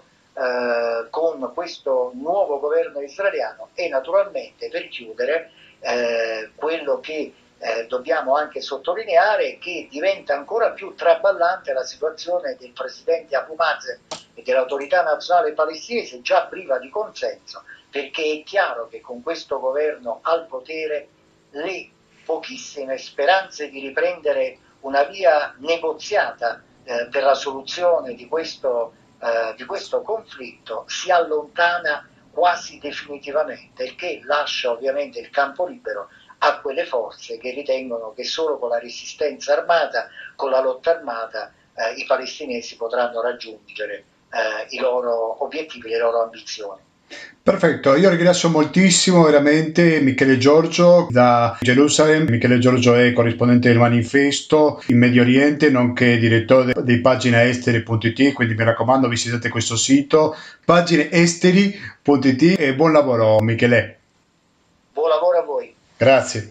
eh, con questo nuovo governo israeliano. E naturalmente, per chiudere, eh, quello che Eh, dobbiamo anche sottolineare che diventa ancora più traballante la situazione del presidente Abu Mazen e dell'autorità nazionale palestinese, già priva di consenso, perché è chiaro che con questo governo al potere le pochissime speranze di riprendere una via negoziata eh, per la soluzione di questo, eh, di questo conflitto si allontana quasi definitivamente, il che lascia ovviamente il campo libero a quelle forze che ritengono che solo con la resistenza armata, con la lotta armata, eh, i palestinesi potranno raggiungere eh, i loro obiettivi, le loro ambizioni. Perfetto, io ringrazio moltissimo veramente Michele Giorgio da Gerusalemme. Michele Giorgio è corrispondente del Manifesto in Medio Oriente, nonché direttore di pagina esteri punto it, quindi mi raccomando visitate questo sito, pagineesteri punto it, e buon lavoro Michele. Buon lavoro a voi. Grazie.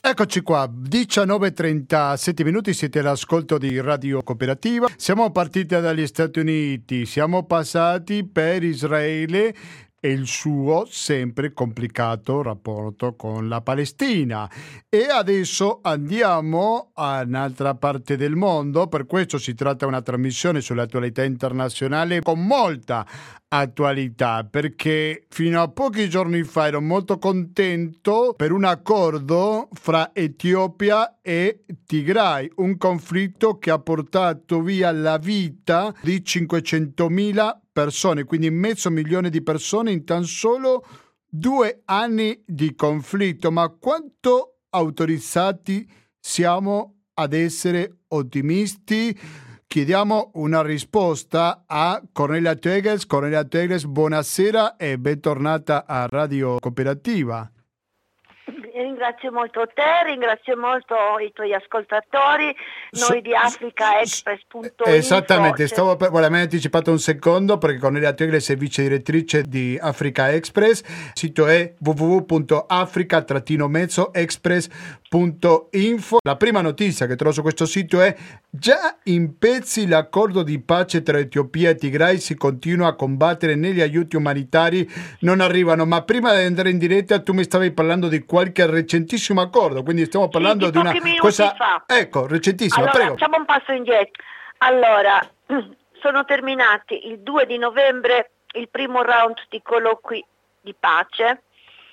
Eccoci qua, diciannove e trentasette minuti, siete all'ascolto di Radio Cooperativa. Siamo partiti dagli Stati Uniti, siamo passati per Israele e il suo sempre complicato rapporto con la Palestina. E adesso andiamo a un'altra parte del mondo, per questo si tratta di una trasmissione sull'attualità internazionale con molta attualità, perché fino a pochi giorni fa ero molto contento per un accordo fra Etiopia e Tigray, un conflitto che ha portato via la vita di cinquecentomila persone, quindi mezzo milione di persone in tan solo due anni di conflitto. Ma quanto autorizzati siamo ad essere ottimisti? Chiediamo una risposta a Cornelia Tegels. Cornelia Tegels, buonasera e bentornata a Radio Cooperativa. Ringrazio molto te, ringrazio molto i tuoi ascoltatori, noi so, di Africa Express punto info. Esattamente, stavo per, voilà, mi hai anticipato un secondo perché Cornelia Tegles è vice direttrice di Africa Express, il sito è w w w punto africa mezzo express punto info. La prima notizia che trovo su questo sito è: già in pezzi l'accordo di pace tra Etiopia e Tigray, si continua a combattere, negli aiuti umanitari non arrivano. Ma prima di andare in diretta tu mi stavi parlando di qualche recentissimo accordo, quindi stiamo parlando sì, di, di una cosa fa. Ecco, recentissima. Allora, Prego. facciamo un passo indietro. Allora, sono terminati il due di novembre il primo round di colloqui di pace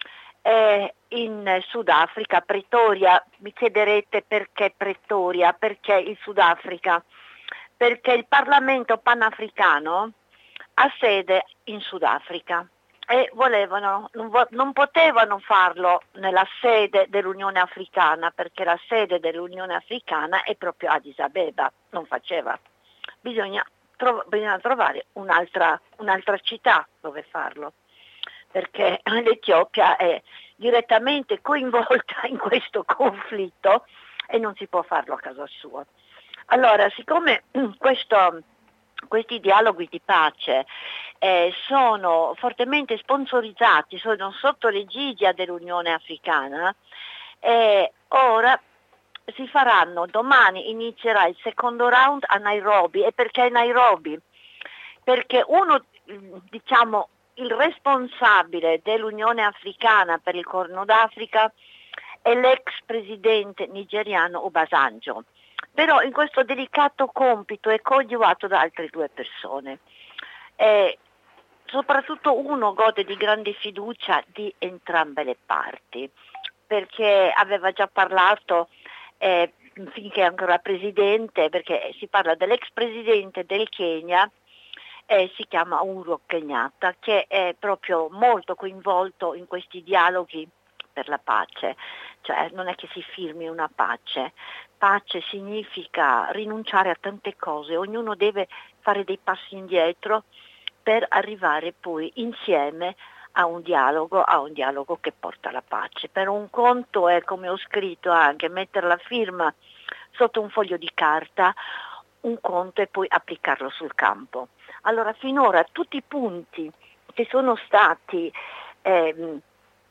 eh, in Sudafrica, Pretoria. Mi chiederete perché Pretoria, perché il Sudafrica? Perché il Parlamento panafricano ha sede in Sudafrica e volevano, non, vo- non potevano farlo nella sede dell'Unione Africana, perché la sede dell'Unione Africana è proprio Addis Abeba, non faceva. Bisogna, tro- bisogna trovare un'altra, un'altra città dove farlo, perché l'Etiopia è direttamente coinvolta in questo conflitto e non si può farlo a casa sua. Allora, siccome questo, questi dialoghi di pace eh, sono fortemente sponsorizzati, sono sotto l'egidia dell'Unione Africana, eh, ora si faranno, domani inizierà il secondo round a Nairobi. E perché Nairobi? Perché uno, diciamo, il responsabile dell'Unione Africana per il Corno d'Africa è l'ex presidente nigeriano Obasanjo, però in questo delicato compito è coadiuvato da altre due persone. Eh, soprattutto uno gode di grande fiducia di entrambe le parti, perché aveva già parlato eh, finché è ancora presidente, perché si parla dell'ex presidente del Kenya, eh, si chiama Uhuru Kenyatta, che è proprio molto coinvolto in questi dialoghi per la pace. Cioè non è che si firmi una pace, pace significa rinunciare a tante cose, ognuno deve fare dei passi indietro per arrivare poi insieme a un dialogo, a un dialogo che porta alla pace. Per un conto è, come ho scritto anche, mettere la firma sotto un foglio di carta, un conto è poi applicarlo sul campo. Allora finora tutti i punti che sono stati eh,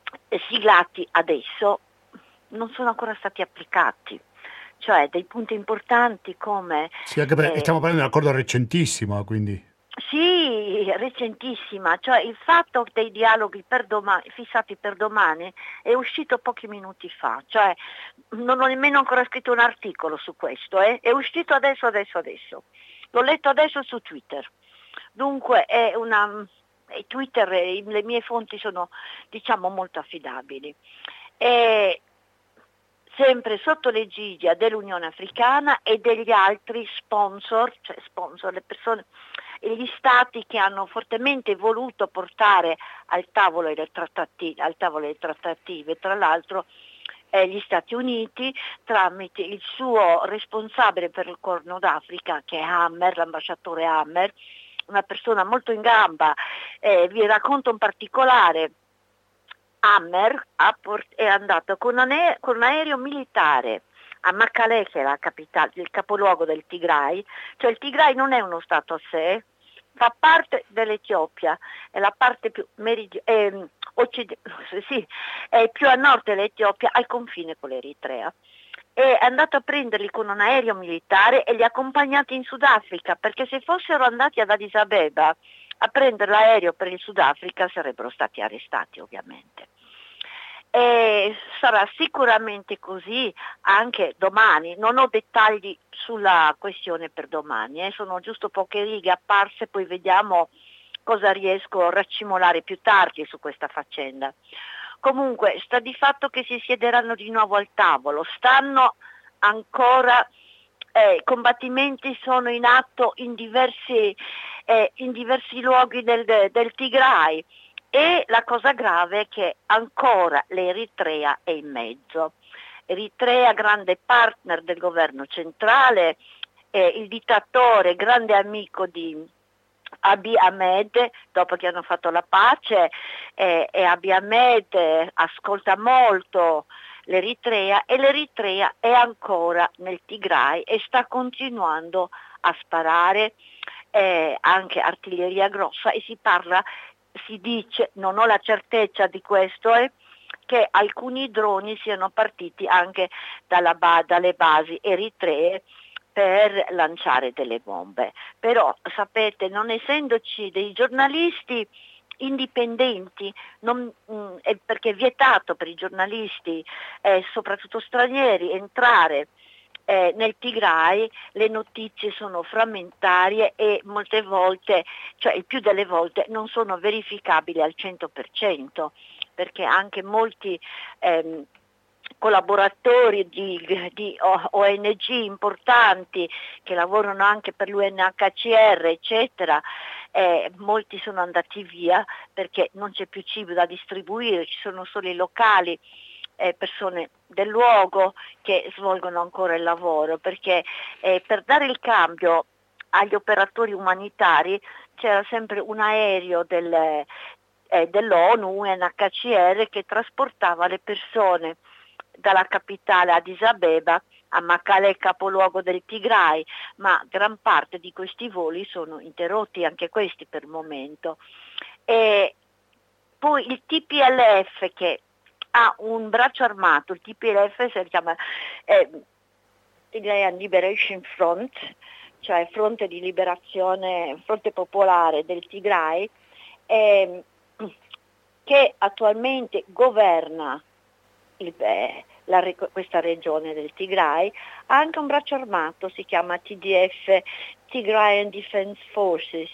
siglati adesso non sono ancora stati applicati, cioè dei punti importanti come... Sì, anche perché eh, stiamo parlando di un accordo recentissimo, quindi... Sì, recentissima, cioè il fatto dei dialoghi per domani, fissati per domani è uscito pochi minuti fa, cioè non ho nemmeno ancora scritto un articolo su questo, eh? È uscito adesso, adesso, adesso, l'ho letto adesso su Twitter, dunque è una... Twitter, le mie fonti sono, diciamo, molto affidabili. E sempre sotto l'egidia dell'Unione Africana e degli altri sponsor, cioè sponsor, le persone, gli stati che hanno fortemente voluto portare al tavolo delle trattative, al tavolo delle trattative, tra l'altro eh, gli Stati Uniti tramite il suo responsabile per il Corno d'Africa, che è Hammer, l'ambasciatore Hammer, una persona molto in gamba. Eh, vi racconto un particolare. Hammer è andato con, ane- con un aereo militare a Mekelle, che è la capitale, il capoluogo del Tigray, cioè il Tigray non è uno stato a sé, fa parte dell'Etiopia, è la parte più meridio- eh, occid- sì, è più a nord dell'Etiopia, al confine con l'Eritrea. È andato a prenderli con un aereo militare e li ha accompagnati in Sudafrica, perché se fossero andati ad Addis Abeba a prendere l'aereo per il Sudafrica sarebbero stati arrestati, ovviamente. E sarà sicuramente così anche domani. Non ho dettagli sulla questione per domani, eh. Sono giusto poche righe apparse, poi vediamo cosa riesco a raccimolare più tardi su questa faccenda. Comunque sta di fatto che si siederanno di nuovo al tavolo, stanno ancora, eh, combattimenti sono in atto in diversi, eh, in diversi luoghi del, del Tigray, e la cosa grave è che ancora l'Eritrea è in mezzo. Eritrea, grande partner del governo centrale, eh, il dittatore, grande amico di Abiy Ahmed, dopo che hanno fatto la pace, eh, e Abiy Ahmed eh, ascolta molto l'Eritrea, e l'Eritrea è ancora nel Tigray e sta continuando a sparare eh, anche artiglieria grossa, e si parla, si dice, non ho la certezza di questo, eh, che alcuni droni siano partiti anche dalla ba- dalle basi eritree per lanciare delle bombe. Però sapete, non essendoci dei giornalisti indipendenti, non, mh, è perché è vietato per i giornalisti, eh, soprattutto stranieri, entrare eh, nel Tigray, le notizie sono frammentarie e molte volte, cioè il più delle volte, non sono verificabili al cento per cento, perché anche molti ehm, collaboratori di, di O N G importanti che lavorano anche per l'U N H C R eccetera, eh, molti sono andati via perché non c'è più cibo da distribuire, ci sono solo i locali, eh, persone del luogo che svolgono ancora il lavoro, perché eh, per dare il cambio agli operatori umanitari c'era sempre un aereo del, eh, dell'ONU, U N H C R, che trasportava le persone dalla capitale Addis Abeba a Mekelle, capoluogo del Tigray, ma gran parte di questi voli sono interrotti, anche questi per il momento. E poi il T P L F, che ha un braccio armato, il T P L F si chiama eh, Tigrayan Liberation Front, cioè Fronte di Liberazione, Fronte Popolare del Tigray, eh, che attualmente governa Il, eh, la, questa regione del Tigray, ha anche un braccio armato, si chiama T D F, Tigrayan Defense Forces,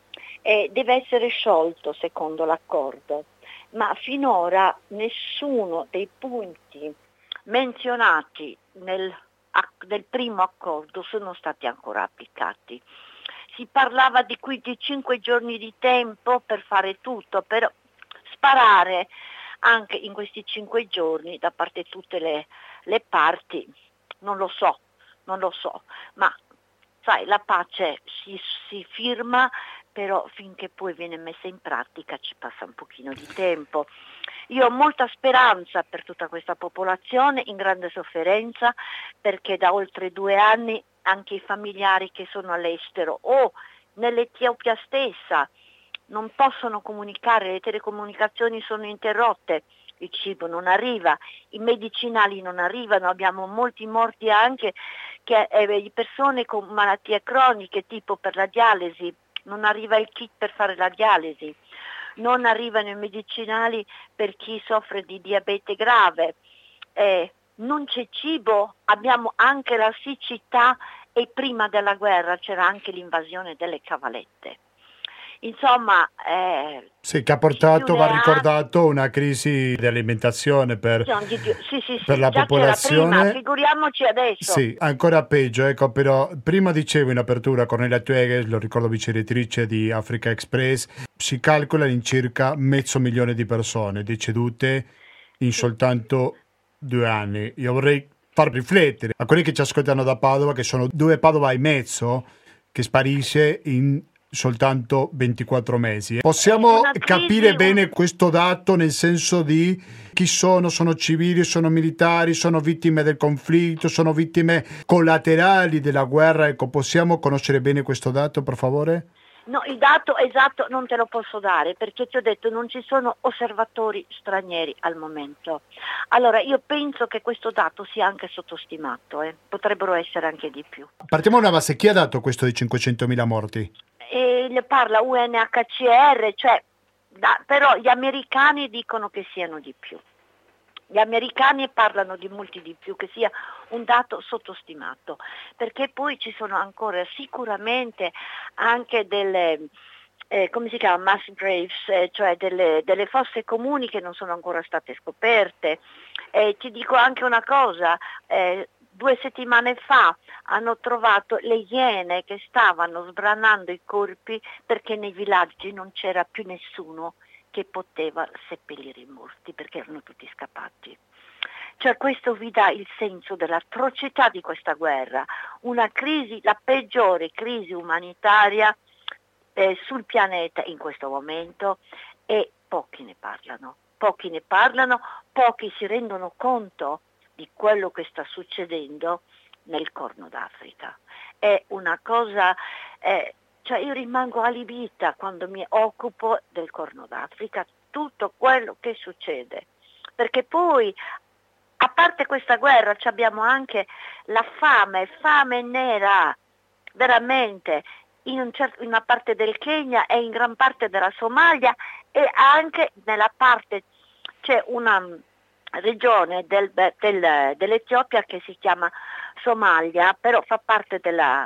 e deve essere sciolto secondo l'accordo, ma finora nessuno dei punti menzionati nel, nel primo accordo sono stati ancora applicati. Si parlava di cinque giorni di tempo per fare tutto, però sparare anche in questi cinque giorni da parte di tutte le, le parti, non lo so, non lo so, ma sai, la pace si, si firma, però finché poi viene messa in pratica ci passa un pochino di tempo. Io ho molta speranza per tutta questa popolazione in grande sofferenza, perché da oltre due anni anche i familiari che sono all'estero o nell'Etiopia stessa non possono comunicare, le telecomunicazioni sono interrotte, il cibo non arriva, i medicinali non arrivano, abbiamo molti morti anche che, eh, di persone con malattie croniche, tipo per la dialisi, non arriva il kit per fare la dialisi, non arrivano i medicinali per chi soffre di diabete grave, eh, non c'è cibo, abbiamo anche la siccità, e prima della guerra c'era anche l'invasione delle cavalette. Insomma, eh, sì, che ha portato, va ricordato, una crisi di alimentazione per, di, sì, sì, sì, per la già popolazione. Prima, figuriamoci adesso. Sì, ancora peggio, ecco, però prima dicevo in apertura, Cornelia Tueghes, lo ricordo, vice direttrice di Africa Express, si calcola in circa mezzo milione di persone decedute in sì. soltanto due anni. Io vorrei far riflettere a quelli che ci ascoltano da Padova, che sono due Padova e mezzo, che sparisce in soltanto ventiquattro mesi. Possiamo capire crisi, bene un... questo dato, nel senso di chi sono? Sono civili, sono militari, sono vittime del conflitto, sono vittime collaterali della guerra? Ecco, possiamo conoscere bene questo dato, per favore? No, il dato esatto non te lo posso dare perché ti ho detto non ci sono osservatori stranieri al momento. Allora io penso che questo dato sia anche sottostimato, eh. Potrebbero essere anche di più. Partiamo da una base, chi ha dato questo di cinquecentomila morti? E ne parla U N H C R, cioè, da, però gli americani dicono che siano di più. Gli americani parlano di molti di più, che sia un dato sottostimato, perché poi ci sono ancora sicuramente anche delle, eh, come si chiama, mass graves, eh, cioè delle, delle fosse comuni che non sono ancora state scoperte. Eh, ti dico anche una cosa, eh, due settimane fa hanno trovato le iene che stavano sbranando i corpi perché nei villaggi non c'era più nessuno che poteva seppellire i morti perché erano tutti scappati. Cioè questo vi dà il senso dell'atrocità di questa guerra, una crisi, la peggiore crisi umanitaria eh, sul pianeta in questo momento, e pochi ne parlano, pochi ne parlano, pochi si rendono conto di quello che sta succedendo nel Corno d'Africa. È una cosa... Eh, Cioè io rimango allibita quando mi occupo del Corno d'Africa, tutto quello che succede, perché poi a parte questa guerra abbiamo anche la fame, fame nera, veramente, in, un certo, in una parte del Kenya e in gran parte della Somalia, e anche nella parte, c'è una regione del, del, dell'Etiopia che si chiama Somalia, però fa parte della...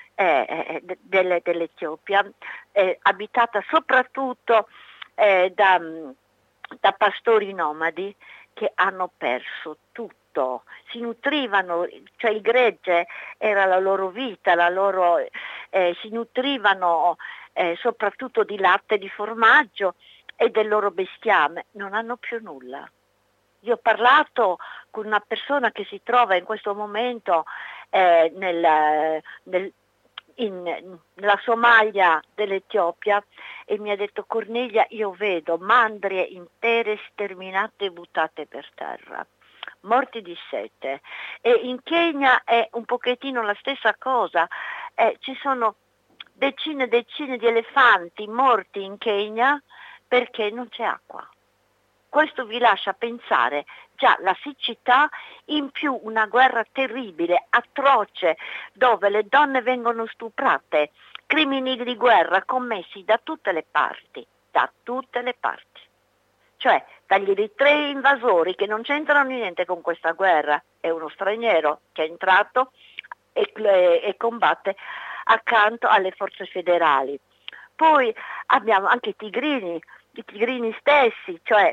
Eh, delle, dell'Etiopia, eh, abitata soprattutto eh, da, da pastori nomadi che hanno perso tutto, si nutrivano, cioè il gregge era la loro vita, la loro, eh, si nutrivano eh, soprattutto di latte, di formaggio e del loro bestiame, non hanno più nulla. Io ho parlato con una persona che si trova in questo momento eh, nel, nel In, nella Somalia dell'Etiopia e mi ha detto: Cornelia, io vedo mandrie intere sterminate e buttate per terra, morti di sete. E in Kenya è un pochettino la stessa cosa, eh, ci sono decine e decine di elefanti morti in Kenya perché non c'è acqua. Questo vi lascia pensare già la siccità, in più una guerra terribile, atroce, dove le donne vengono stuprate, crimini di guerra commessi da tutte le parti, da tutte le parti. Cioè dagli eritrei invasori che non c'entrano niente con questa guerra, è uno straniero che è entrato e, e, e combatte accanto alle forze federali. Poi abbiamo anche i tigrini, i tigrini stessi, cioè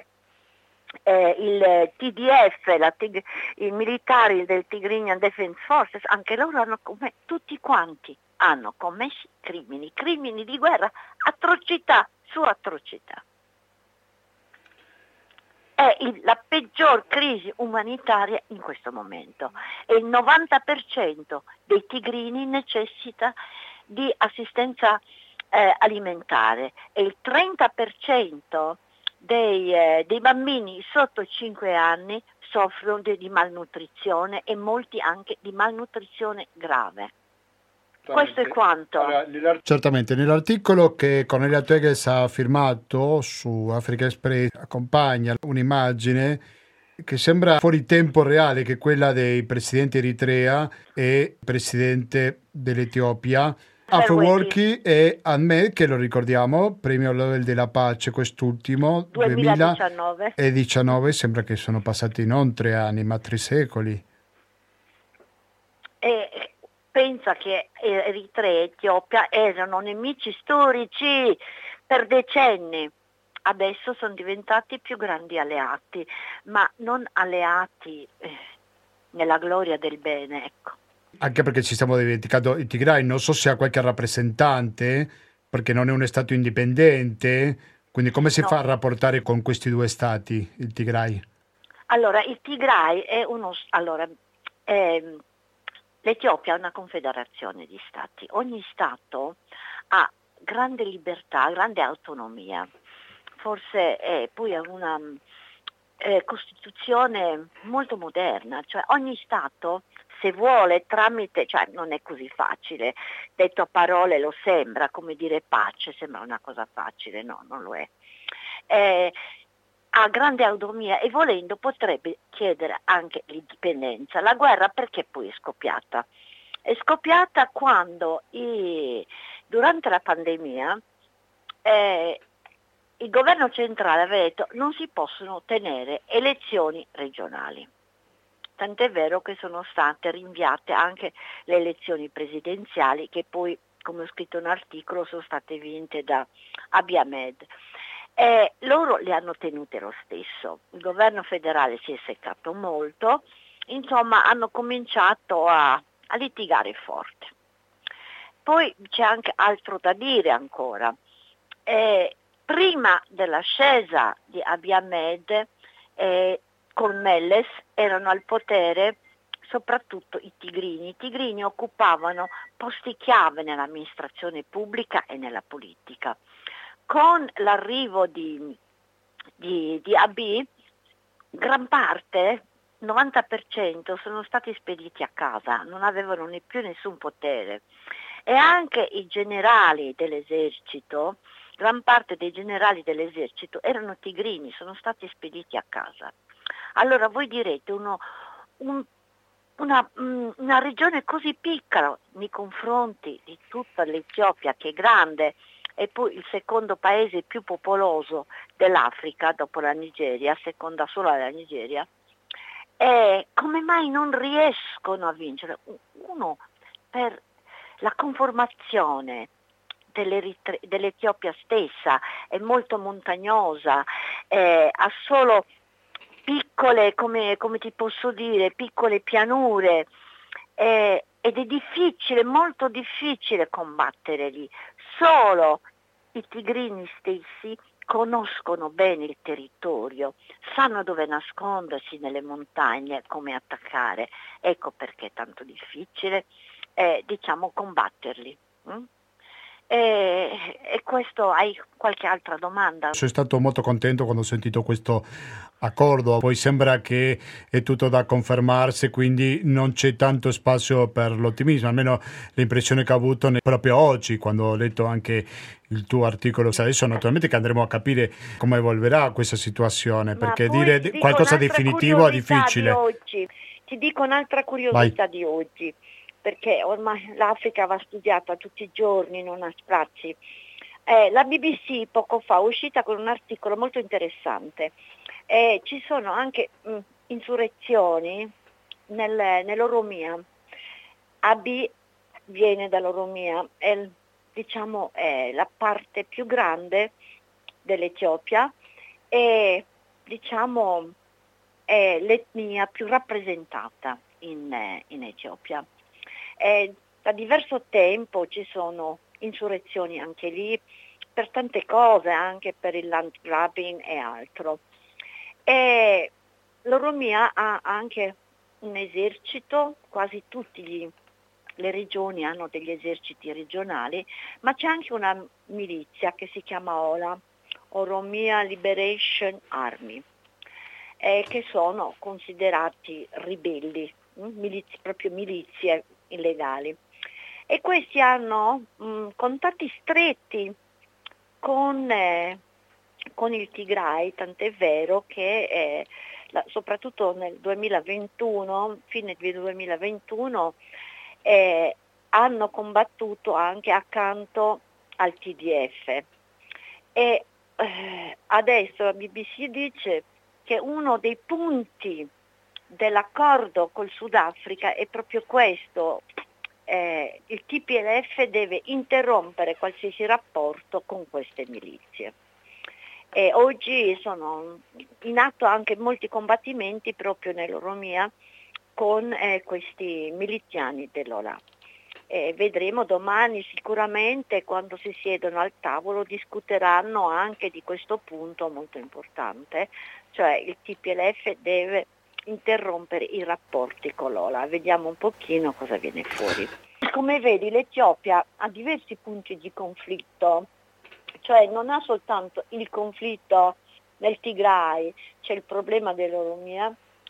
Eh, il T D F, la Tig- i militari del Tigrinian Defense Forces, anche loro hanno come tutti quanti hanno commesso crimini, crimini di guerra, atrocità su atrocità. È il, la peggior crisi umanitaria in questo momento e il novanta per cento dei tigrini necessita di assistenza eh, alimentare e il trenta per cento Dei, eh, dei bambini sotto i cinque anni soffrono di, di malnutrizione e molti anche di malnutrizione grave. Questo è quanto. Allora, certamente, nell'articolo che Cornelia Teges ha firmato su Africa Express accompagna un'immagine che sembra fuori tempo reale, che è quella dei presidenti Eritrea e presidente dell'Etiopia. Afewerki e Ahmed, che lo ricordiamo, premio Nobel della pace quest'ultimo, duemiladiciannove. duemiladiciannove, sembra che sono passati non tre anni ma tre secoli. E pensa che Eritrea e Etiopia erano nemici storici per decenni, adesso sono diventati più grandi alleati, ma non alleati eh, nella gloria del bene, ecco. Anche perché ci stiamo dimenticando il Tigray, non so se ha qualche rappresentante, perché non è un stato indipendente, quindi come si no. fa a rapportare con questi due stati, il Tigray? Allora, il Tigray è uno... Allora, ehm, l'Etiopia è una confederazione di stati, ogni stato ha grande libertà, grande autonomia, forse è poi è una... Eh, Costituzione molto moderna, cioè ogni Stato se vuole tramite, cioè non è così facile, detto a parole lo sembra, come dire pace, sembra una cosa facile, no, non lo è. Eh, ha grande autonomia e volendo potrebbe chiedere anche l'indipendenza. La guerra perché poi è scoppiata? È scoppiata quando i, durante la pandemia eh, il governo centrale aveva detto non si possono tenere elezioni regionali. Tant'è vero che sono state rinviate anche le elezioni presidenziali che poi, come ho scritto in un articolo, sono state vinte da Abiy Ahmed. Eh, loro le hanno tenute lo stesso, il governo federale si è seccato molto, insomma hanno cominciato a, a litigare forte. Poi c'è anche altro da dire ancora, eh, prima dell'ascesa di Abiy Ahmed eh, con Meles erano al potere soprattutto i tigrini, i tigrini occupavano posti chiave nell'amministrazione pubblica e nella politica. Con l'arrivo di, di, di Abiy, gran parte, novanta per cento, sono stati spediti a casa, non avevano né più nessun potere. E anche i generali dell'esercito, gran parte dei generali dell'esercito erano tigrini, sono stati spediti a casa. Allora voi direte, uno, un, una, una regione così piccola nei confronti di tutta l'Etiopia che è grande, e poi il secondo paese più popoloso dell'Africa dopo la Nigeria, seconda solo alla Nigeria, e come mai non riescono a vincere? Uno, per la conformazione dell'Etiopia stessa, è molto montagnosa, eh, ha solo piccole, come, come ti posso dire, piccole pianure, eh, ed è difficile, molto difficile combattere lì. Solo i tigrini stessi conoscono bene il territorio, sanno dove nascondersi nelle montagne, come attaccare. Ecco perché è tanto difficile eh, diciamo combatterli. Mm? E, e questo, hai qualche altra domanda? Sono stato molto contento quando ho sentito questo accordo, poi sembra che è tutto da confermarsi, quindi non c'è tanto spazio per l'ottimismo, almeno l'impressione che ho avuto proprio oggi quando ho letto anche il tuo articolo. Adesso naturalmente che andremo a capire come evolverà questa situazione, Ma perché dire qualcosa di definitivo è difficile. Di oggi. Ti dico un'altra curiosità Vai. di oggi, perché ormai l'Africa va studiata tutti i giorni, non ha spazi. Eh, la B B C poco fa è uscita con un articolo molto interessante. Eh, ci sono anche mh, insurrezioni nel, nell'Oromia. Abiy viene dall'Oromia, è, diciamo, è la parte più grande dell'Etiopia e diciamo, è l'etnia più rappresentata in, in Etiopia. Eh, da diverso tempo ci sono insurrezioni anche lì per tante cose, anche per il land grabbing e altro. E l'Oromia ha anche un esercito, quasi tutte le regioni hanno degli eserciti regionali, ma c'è anche una milizia che si chiama O L A, Oromia Liberation Army, eh, che sono considerati ribelli, hm? milizie, proprio milizie illegali. E questi hanno mh, contatti stretti con, eh, con il Tigray, tant'è vero che eh, la, soprattutto nel duemilaventuno, fine del duemilaventuno, eh, hanno combattuto anche accanto al T D F. E eh, adesso la B B C dice che uno dei punti dell'accordo col Sudafrica è proprio questo. Eh, il T P L F deve interrompere qualsiasi rapporto con queste milizie. E oggi sono in atto anche molti combattimenti proprio nell'Oromia con eh, questi miliziani dell'O L A. E vedremo domani sicuramente, quando si siedono al tavolo, discuteranno anche di questo punto molto importante, cioè il T P L F deve interrompere i rapporti con l'O L A. Vediamo un pochino cosa viene fuori. Come vedi, l'Etiopia ha diversi punti di conflitto, cioè non ha soltanto il conflitto nel Tigray, c'è il problema dell'Oromia,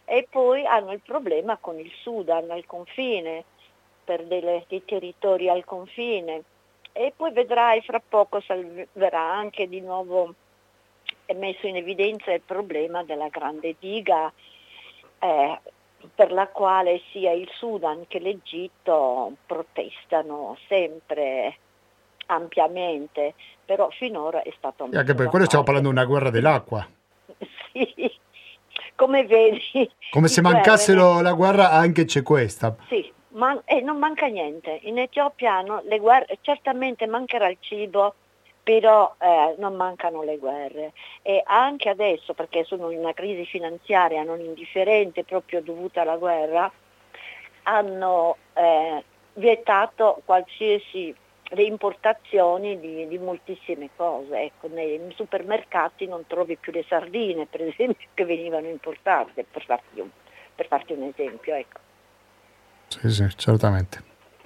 e poi hanno il problema con il Sudan al confine, per delle, dei territori al confine, e poi vedrai fra poco verrà anche di nuovo messo in evidenza il problema della grande diga eh, per la quale sia il Sudan che l'Egitto protestano sempre ampiamente, però finora è stato messo anche per quello stiamo parlando di una guerra dell'acqua. Sì, come vedi. Come se mancassero guerre, la guerra anche c'è questa. Sì, ma eh, non manca niente. In Etiopia no, le guerre, certamente mancherà il cibo, però eh, non mancano le guerre. E anche adesso, perché sono in una crisi finanziaria non indifferente proprio dovuta alla guerra, hanno eh, vietato qualsiasi le importazioni di, di moltissime cose. Ecco, nei supermercati non trovi più le sardine, per esempio, che venivano importate, per farti un, per farti un esempio. Ecco. Sì, sì, certamente.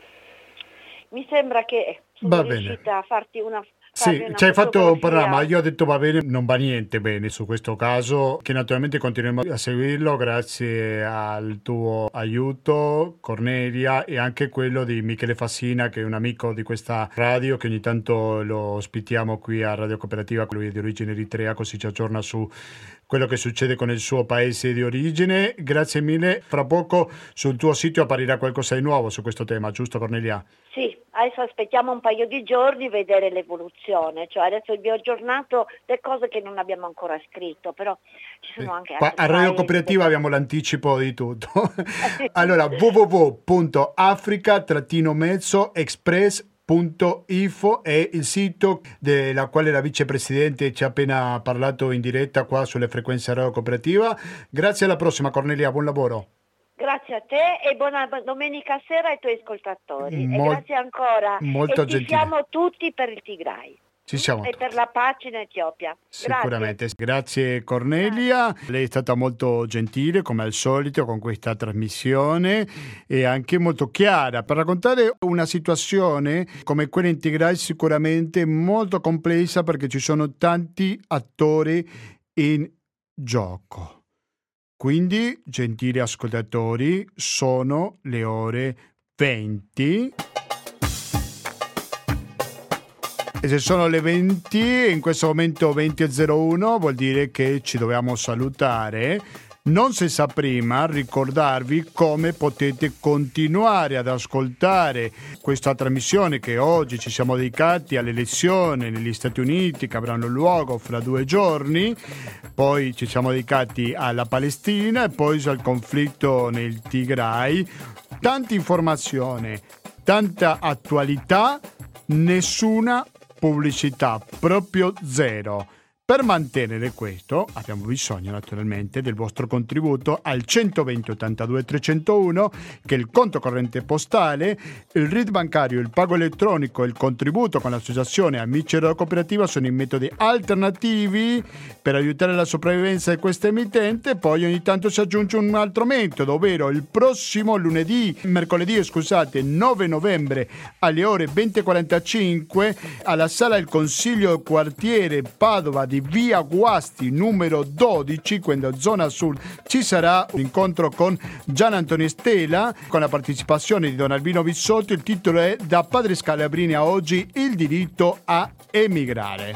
Mi sembra che sono Va riuscita bene. a farti una... Sì, ci hai fatto un programma, io ho detto va bene, non va niente bene su questo caso, che naturalmente continueremo a seguirlo grazie al tuo aiuto, Cornelia, e anche quello di Michele Fassina, che è un amico di questa radio, che ogni tanto lo ospitiamo qui a Radio Cooperativa, lui è di origine eritrea, così ci aggiorna su quello che succede con il suo paese di origine. Grazie mille, fra poco sul tuo sito apparirà qualcosa di nuovo su questo tema, giusto Cornelia? Sì, adesso aspettiamo un paio di giorni vedere l'evoluzione, cioè adesso vi ho aggiornato le cose che non abbiamo ancora scritto, però ci sono sì. anche altre. A Radio Cooperativa abbiamo l'anticipo di tutto. Allora, w w w punto africa mezzo express punto info è il sito della quale la vicepresidente ci ha appena parlato in diretta qua sulle frequenze Radio Cooperativa. Grazie, alla prossima Cornelia, buon lavoro. Grazie a te e buona domenica sera ai tuoi ascoltatori. Mol- e grazie ancora. Molto e ci gentile. Siamo tutti per il Tigray. Ci siamo e tutti. Per la pace in Etiopia. Sicuramente. Grazie, Grazie Cornelia. Grazie. Lei è stata molto gentile come al solito con questa trasmissione e anche molto chiara per raccontare una situazione come quella in Tigray, sicuramente molto complessa perché ci sono tanti attori in gioco. Quindi, gentili ascoltatori, sono le ore venti. E se sono le venti, in questo momento venti e zero uno, vuol dire che ci dobbiamo salutare. Non senza prima ricordarvi come potete continuare ad ascoltare questa trasmissione che oggi ci siamo dedicati alle elezioni negli Stati Uniti che avranno luogo fra due giorni, poi ci siamo dedicati alla Palestina e poi al conflitto nel Tigray. Tanta informazione, tanta attualità, nessuna pubblicità, proprio zero. Per mantenere questo abbiamo bisogno naturalmente del vostro contributo al centoventi ottantadue trecentouno, che è il conto corrente postale, il R I D bancario, il pago elettronico e il contributo con l'associazione Amici della Cooperativa sono i metodi alternativi per aiutare la sopravvivenza di questa emittente. Poi ogni tanto si aggiunge un altro metodo, ovvero il prossimo lunedì, mercoledì scusate, nove novembre alle ore venti e quarantacinque alla sala del Consiglio del Quartiere Padova di via Guasti numero dodici, quindi zona sud, ci sarà un incontro con Gian Antonio Stella con la partecipazione di Don Albino Vissotti. Il titolo è Da padre Scalabrini a oggi, il diritto a emigrare.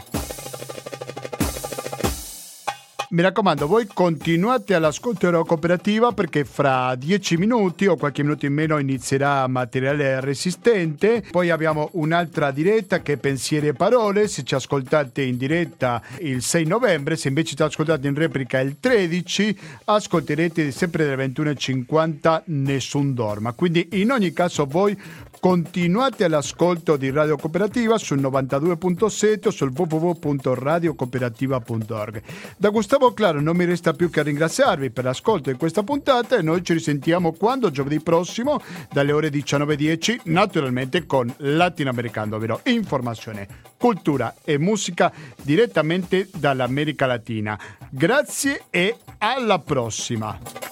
Mi raccomando, voi continuate all'ascolto della Cooperativa perché fra dieci minuti o qualche minuto in meno inizierà Materiale Resistente. Poi abbiamo un'altra diretta che è Pensieri e Parole. Se ci ascoltate in diretta il sei novembre, se invece ci ascoltate in replica il tredici, ascolterete sempre dalle ventuno e cinquanta Nessun Dorma. Quindi in ogni caso voi continuate all'ascolto di Radio Cooperativa sul novantadue virgola sette o sul w w w punto radio cooperativa punto org. Da Gustavo Claro non mi resta più che ringraziarvi per l'ascolto di questa puntata e noi ci risentiamo quando? Giovedì prossimo dalle ore diciannove e dieci, naturalmente con Latinoamericano, ovvero informazione, cultura e musica direttamente dall'America Latina. Grazie e alla prossima!